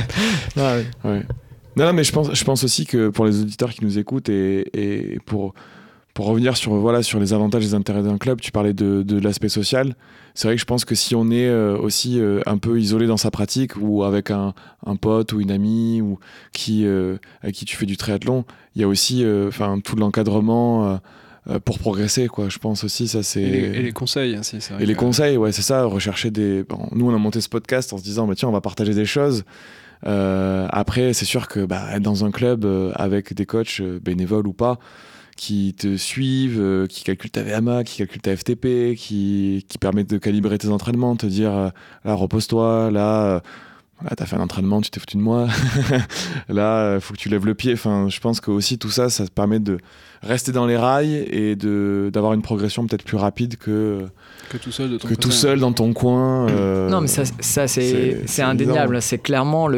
Non, mais je pense aussi que pour les auditeurs qui nous écoutent et pour revenir sur les avantages et les intérêts d'un club, tu parlais de l'aspect social. C'est vrai que je pense que si on est aussi un peu isolé dans sa pratique, ou avec un pote ou une amie ou avec qui tu fais du triathlon, il y a aussi tout l'encadrement pour progresser, quoi. Je pense aussi, ça c'est... Et les conseils aussi, c'est vrai. Et les conseils, ouais, c'est ça, rechercher des... Bon, nous, on a monté ce podcast en se disant, tiens, on va partager des choses. Après, c'est sûr que être dans un club avec des coachs bénévoles ou pas, qui te suivent, qui calculent ta VMA, qui calculent ta FTP, qui permettent de calibrer tes entraînements, te dire là, repose-toi, là t'as fait un entraînement, tu t'es foutu de moi, là faut que tu lèves le pied. Enfin, je pense que aussi tout ça te permet de rester dans les rails et d'avoir une progression peut-être plus rapide que tout seul, tout seul dans ton coin. Non, mais ça c'est indéniable. Évident. C'est clairement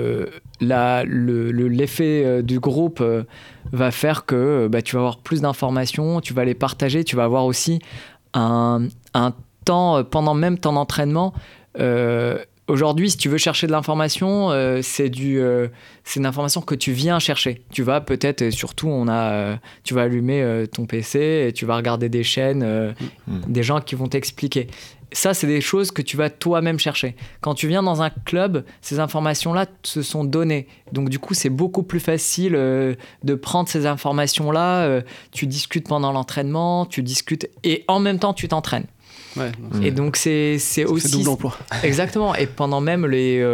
l'effet du groupe va faire que tu vas avoir plus d'informations, tu vas les partager, tu vas avoir aussi un temps pendant même ton entraînement. Aujourd'hui, si tu veux chercher de l'information, c'est une information que tu viens chercher. Tu vas peut-être, surtout, tu vas allumer ton PC et tu vas regarder des chaînes, des gens qui vont t'expliquer. Ça, c'est des choses que tu vas toi-même chercher. Quand tu viens dans un club, ces informations-là se sont données. Donc, du coup, c'est beaucoup plus facile de prendre ces informations-là. Tu discutes pendant l'entraînement, tu discutes et en même temps, tu t'entraînes. Ouais, et donc, c'est aussi... double emploi. Exactement. Et pendant même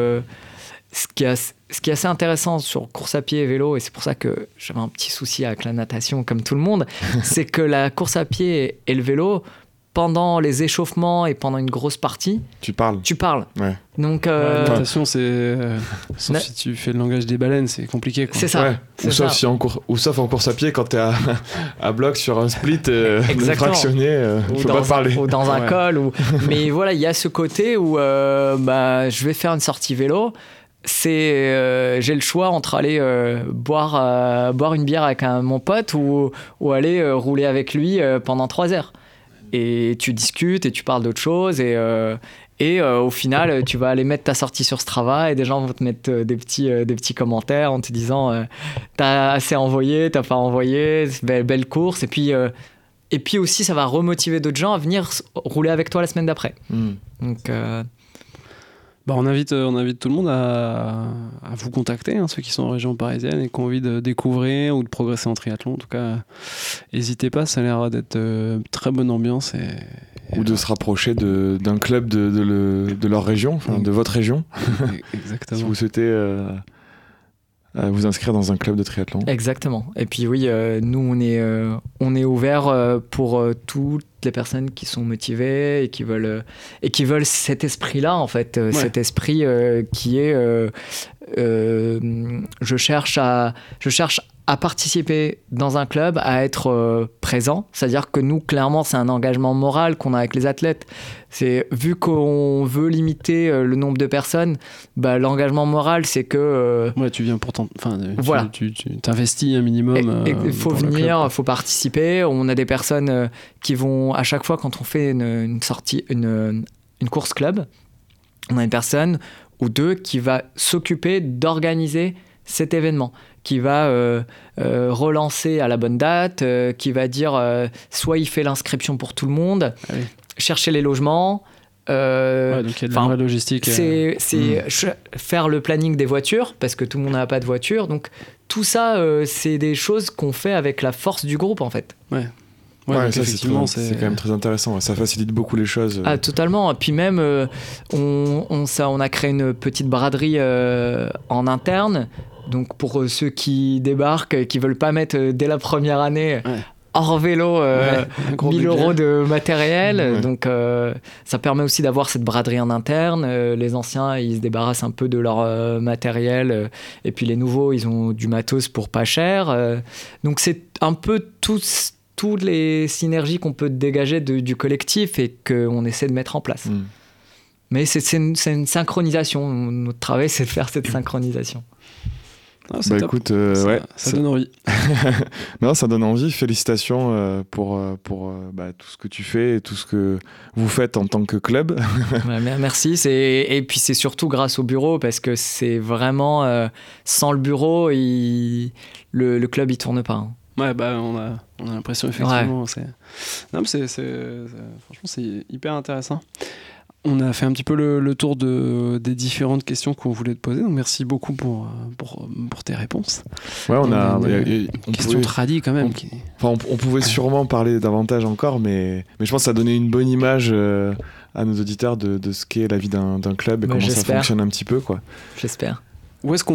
ce qui est assez intéressant sur course à pied et vélo, et c'est pour ça que j'avais un petit souci avec la natation comme tout le monde, c'est que la course à pied et le vélo... Pendant les échauffements et pendant une grosse partie, tu parles. Ouais. Donc, la natation, c'est si tu fais le langage des baleines, c'est compliqué, quoi. C'est ça. Ouais. Sauf en course à pied, quand t'es à bloc sur un split fractionné, faut pas parler. Ou dans un col. Mais voilà, il y a ce côté où je vais faire une sortie vélo. J'ai le choix entre aller boire une bière avec mon pote ou aller rouler avec lui pendant 3 heures. Et tu discutes et tu parles d'autre chose et au final tu vas aller mettre ta sortie sur Strava et des gens vont te mettre des petits commentaires en te disant t'as assez envoyé, t'as pas envoyé, belle course, et puis aussi ça va remotiver d'autres gens à venir rouler avec toi la semaine d'après. Donc on invite tout le monde à vous contacter, ceux qui sont en région parisienne et qui ont envie de découvrir ou de progresser en triathlon. En tout cas, n'hésitez pas, ça a l'air d'être très bonne ambiance. Ou de se rapprocher d'un club de leur région, de votre région. Exactement. Si vous souhaitez vous inscrire dans un club de triathlon. Exactement. Et puis oui, nous on est ouvert pour toutes les personnes qui sont motivées et qui veulent cet esprit-là, en fait, cet esprit qui est je cherche à participer dans un club, à être présent. C'est-à-dire que nous, clairement, c'est un engagement moral qu'on a avec les athlètes. Vu qu'on veut limiter le nombre de personnes, l'engagement moral, c'est que... tu viens pour voilà. Tu t'investis un minimum. Il faut venir, il faut participer. On a des personnes qui vont, à chaque fois, quand on fait une sortie, une course club, on a une personne ou deux qui va s'occuper d'organiser cet événement, qui va relancer à la bonne date, qui va dire soit il fait l'inscription pour tout le monde, chercher les logements. Donc il y a de la vraie logistique. C'est faire le planning des voitures, parce que tout le monde n'a pas de voiture. Donc tout ça, c'est des choses qu'on fait avec la force du groupe, en fait. Ouais, ça, c'est quand même très intéressant. Ça facilite beaucoup les choses. Ah, totalement. Puis même, on a créé une petite braderie en interne. Donc pour ceux qui débarquent, qui veulent pas mettre dès la première année hors vélo 1000 euros de matériel. Donc ça permet aussi d'avoir cette braderie en interne. Les anciens, ils se débarrassent un peu de leur matériel. Et puis les nouveaux, ils ont du matos pour pas cher. Donc c'est un peu toutes les synergies qu'on peut dégager du collectif et qu'on essaie de mettre en place. Mais c'est une synchronisation. Notre travail, c'est de faire cette synchronisation. C'est top. Écoute, ça donne envie. Non, ça donne envie. Félicitations pour tout ce que tu fais et tout ce que vous faites en tant que club. Merci. Et puis c'est surtout grâce au bureau, parce que c'est vraiment sans le bureau, le club il tourne pas. Ouais, on a l'impression effectivement. Non, mais franchement, c'est hyper intéressant. On a fait un petit peu le tour des différentes questions qu'on voulait te poser. Donc merci beaucoup pour tes réponses. Ouais, on question tradie quand même. On pouvait sûrement parler davantage encore, mais je pense que ça donnait une bonne image à nos auditeurs de ce qu'est la vie d'un club et comment ça fonctionne un petit peu, quoi. J'espère. Où est-ce qu'on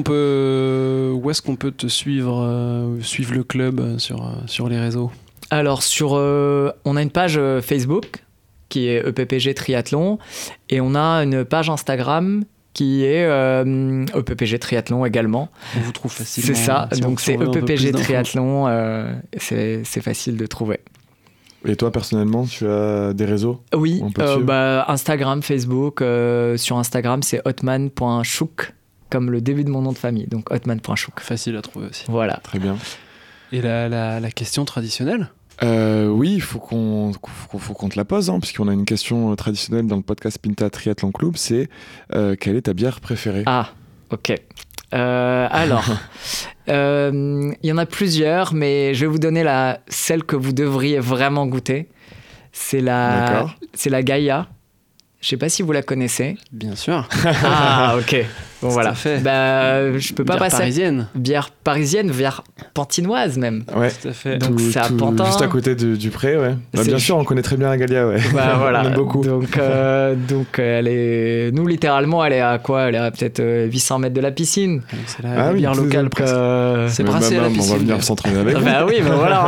peut te suivre le club sur les réseaux ? Alors on a une page Facebook qui est EPPG Triathlon, et on a une page Instagram qui est EPPG Triathlon également. On vous trouve facilement. C'est ça, donc c'est EPPG Triathlon, c'est facile de trouver. Et toi, personnellement, tu as des réseaux ? Oui, Instagram, Facebook. Sur Instagram, c'est hotman.chouk, comme le début de mon nom de famille, donc hotman.chouk. Facile à trouver aussi. Voilà. Très bien. Et la question traditionnelle ? Oui, il faut qu'on te la pose, puisqu'on a une question traditionnelle dans le podcast Pinta Triathlon Club, c'est quelle est ta bière préférée ? Ah, ok. Alors, il y en a plusieurs, mais je vais vous donner celle que vous devriez vraiment goûter. C'est la Gaïa. Je sais pas si vous la connaissez. Bien sûr. Ah, ok. Bon, voilà. Fait. Je peux pas passer. Bière parisienne, bière pantinoise même. Ouais. Tout à fait. Donc c'est à Pantin. Juste à côté du Pré, ouais. Bien sûr, on connaît très bien la Galia, ouais. Voilà. On aime beaucoup. Donc elle est. Nous, littéralement, elle est à quoi ? Elle est à peut-être 800 mètres de la piscine. C'est la bière locale. C'est brassé à la piscine. On va venir s'entraîner avec. Bah oui, mais voilà.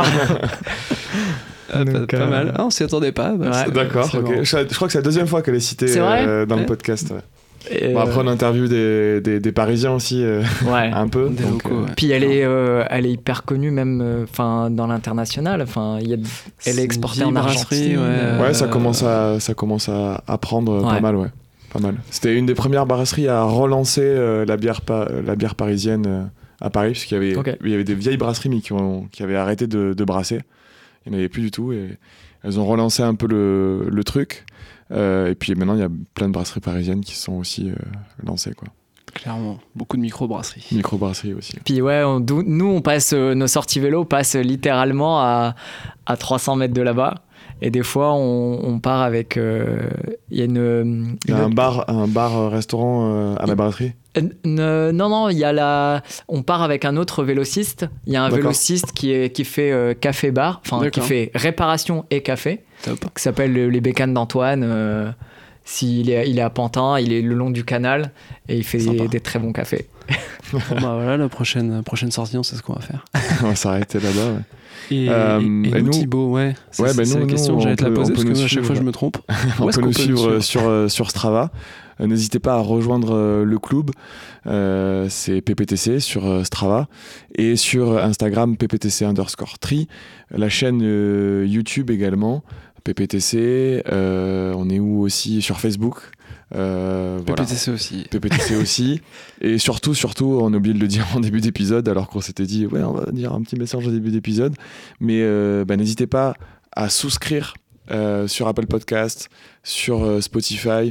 Pas mal. On s'y attendait pas. D'accord, ok. Bon. Je crois que c'est la deuxième fois qu'elle est citée dans le podcast. Ouais. Après, on interview des Parisiens aussi, un peu. Des locaux, Puis elle est hyper connue même dans l'international. Elle est exportée en Argentine. Ouais, ça commence à prendre pas mal, ouais. Pas mal. C'était une des premières brasseries à relancer la bière parisienne à Paris, parce qu'il y avait des vieilles brasseries mais qui avaient arrêté de brasser. Il n'y en avait plus du tout, et elles ont relancé un peu le truc. Et puis maintenant, il y a plein de brasseries parisiennes qui sont aussi lancées, quoi. Clairement, beaucoup de micro-brasseries. Micro-brasseries aussi. Puis nous, on passe, nos sorties vélo passent littéralement à 300 mètres de là-bas. Et des fois, on part avec... Il y a un bar-restaurant à la brasserie ? Non, on part avec un autre vélociste. Il y a un vélociste qui fait café-bar, qui fait réparation et café, top, qui s'appelle les Bécanes d'Antoine. Il est à Pantin, il est le long du canal, et il fait des très bons cafés. Voilà, la prochaine sortie, on sait ce qu'on va faire. On va s'arrêter là-bas, ouais. Et nous, Thibaut, c'est la question, j'allais te la poser, parce que à chaque fois je me trompe. On peut nous suivre sur Strava. N'hésitez pas à rejoindre le club, c'est PPTC sur Strava, et sur Instagram PPTC_tri, la chaîne YouTube également, PPTC, on est où aussi sur Facebook, PPTC aussi. PPTC aussi. Et surtout, on a oublié de le dire en début d'épisode, alors qu'on s'était dit, on va dire un petit message au début d'épisode. Mais n'hésitez pas à souscrire sur Apple Podcast, sur Spotify,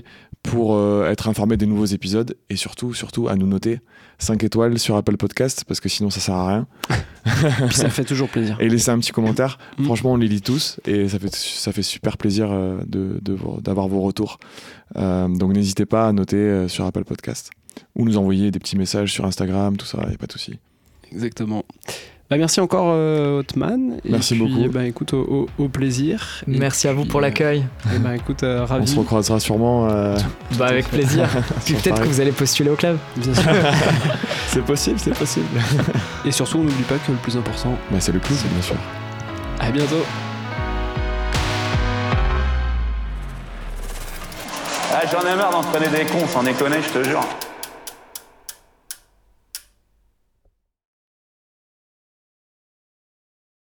pour être informé des nouveaux épisodes et surtout à nous noter 5 étoiles sur Apple Podcast parce que sinon ça sert à rien. Puis ça fait toujours plaisir. Et laisser un petit commentaire. Franchement, on les lit tous et ça fait super plaisir d'avoir vos retours. Donc n'hésitez pas à noter sur Apple Podcast ou nous envoyer des petits messages sur Instagram, tout ça, il n'y a pas de souci. Exactement. Merci encore Othman. Merci beaucoup. Écoute, au plaisir. Merci à vous pour l'accueil. Écoute, ravi. On se recroisera sûrement. Avec plaisir. Puis peut-être que vous allez postuler au club. Bien sûr. C'est possible. Et surtout, on n'oublie pas que le plus important, c'est le club, bien sûr. À bientôt. J'en ai marre d'entraîner des cons, sans déconner, je te jure.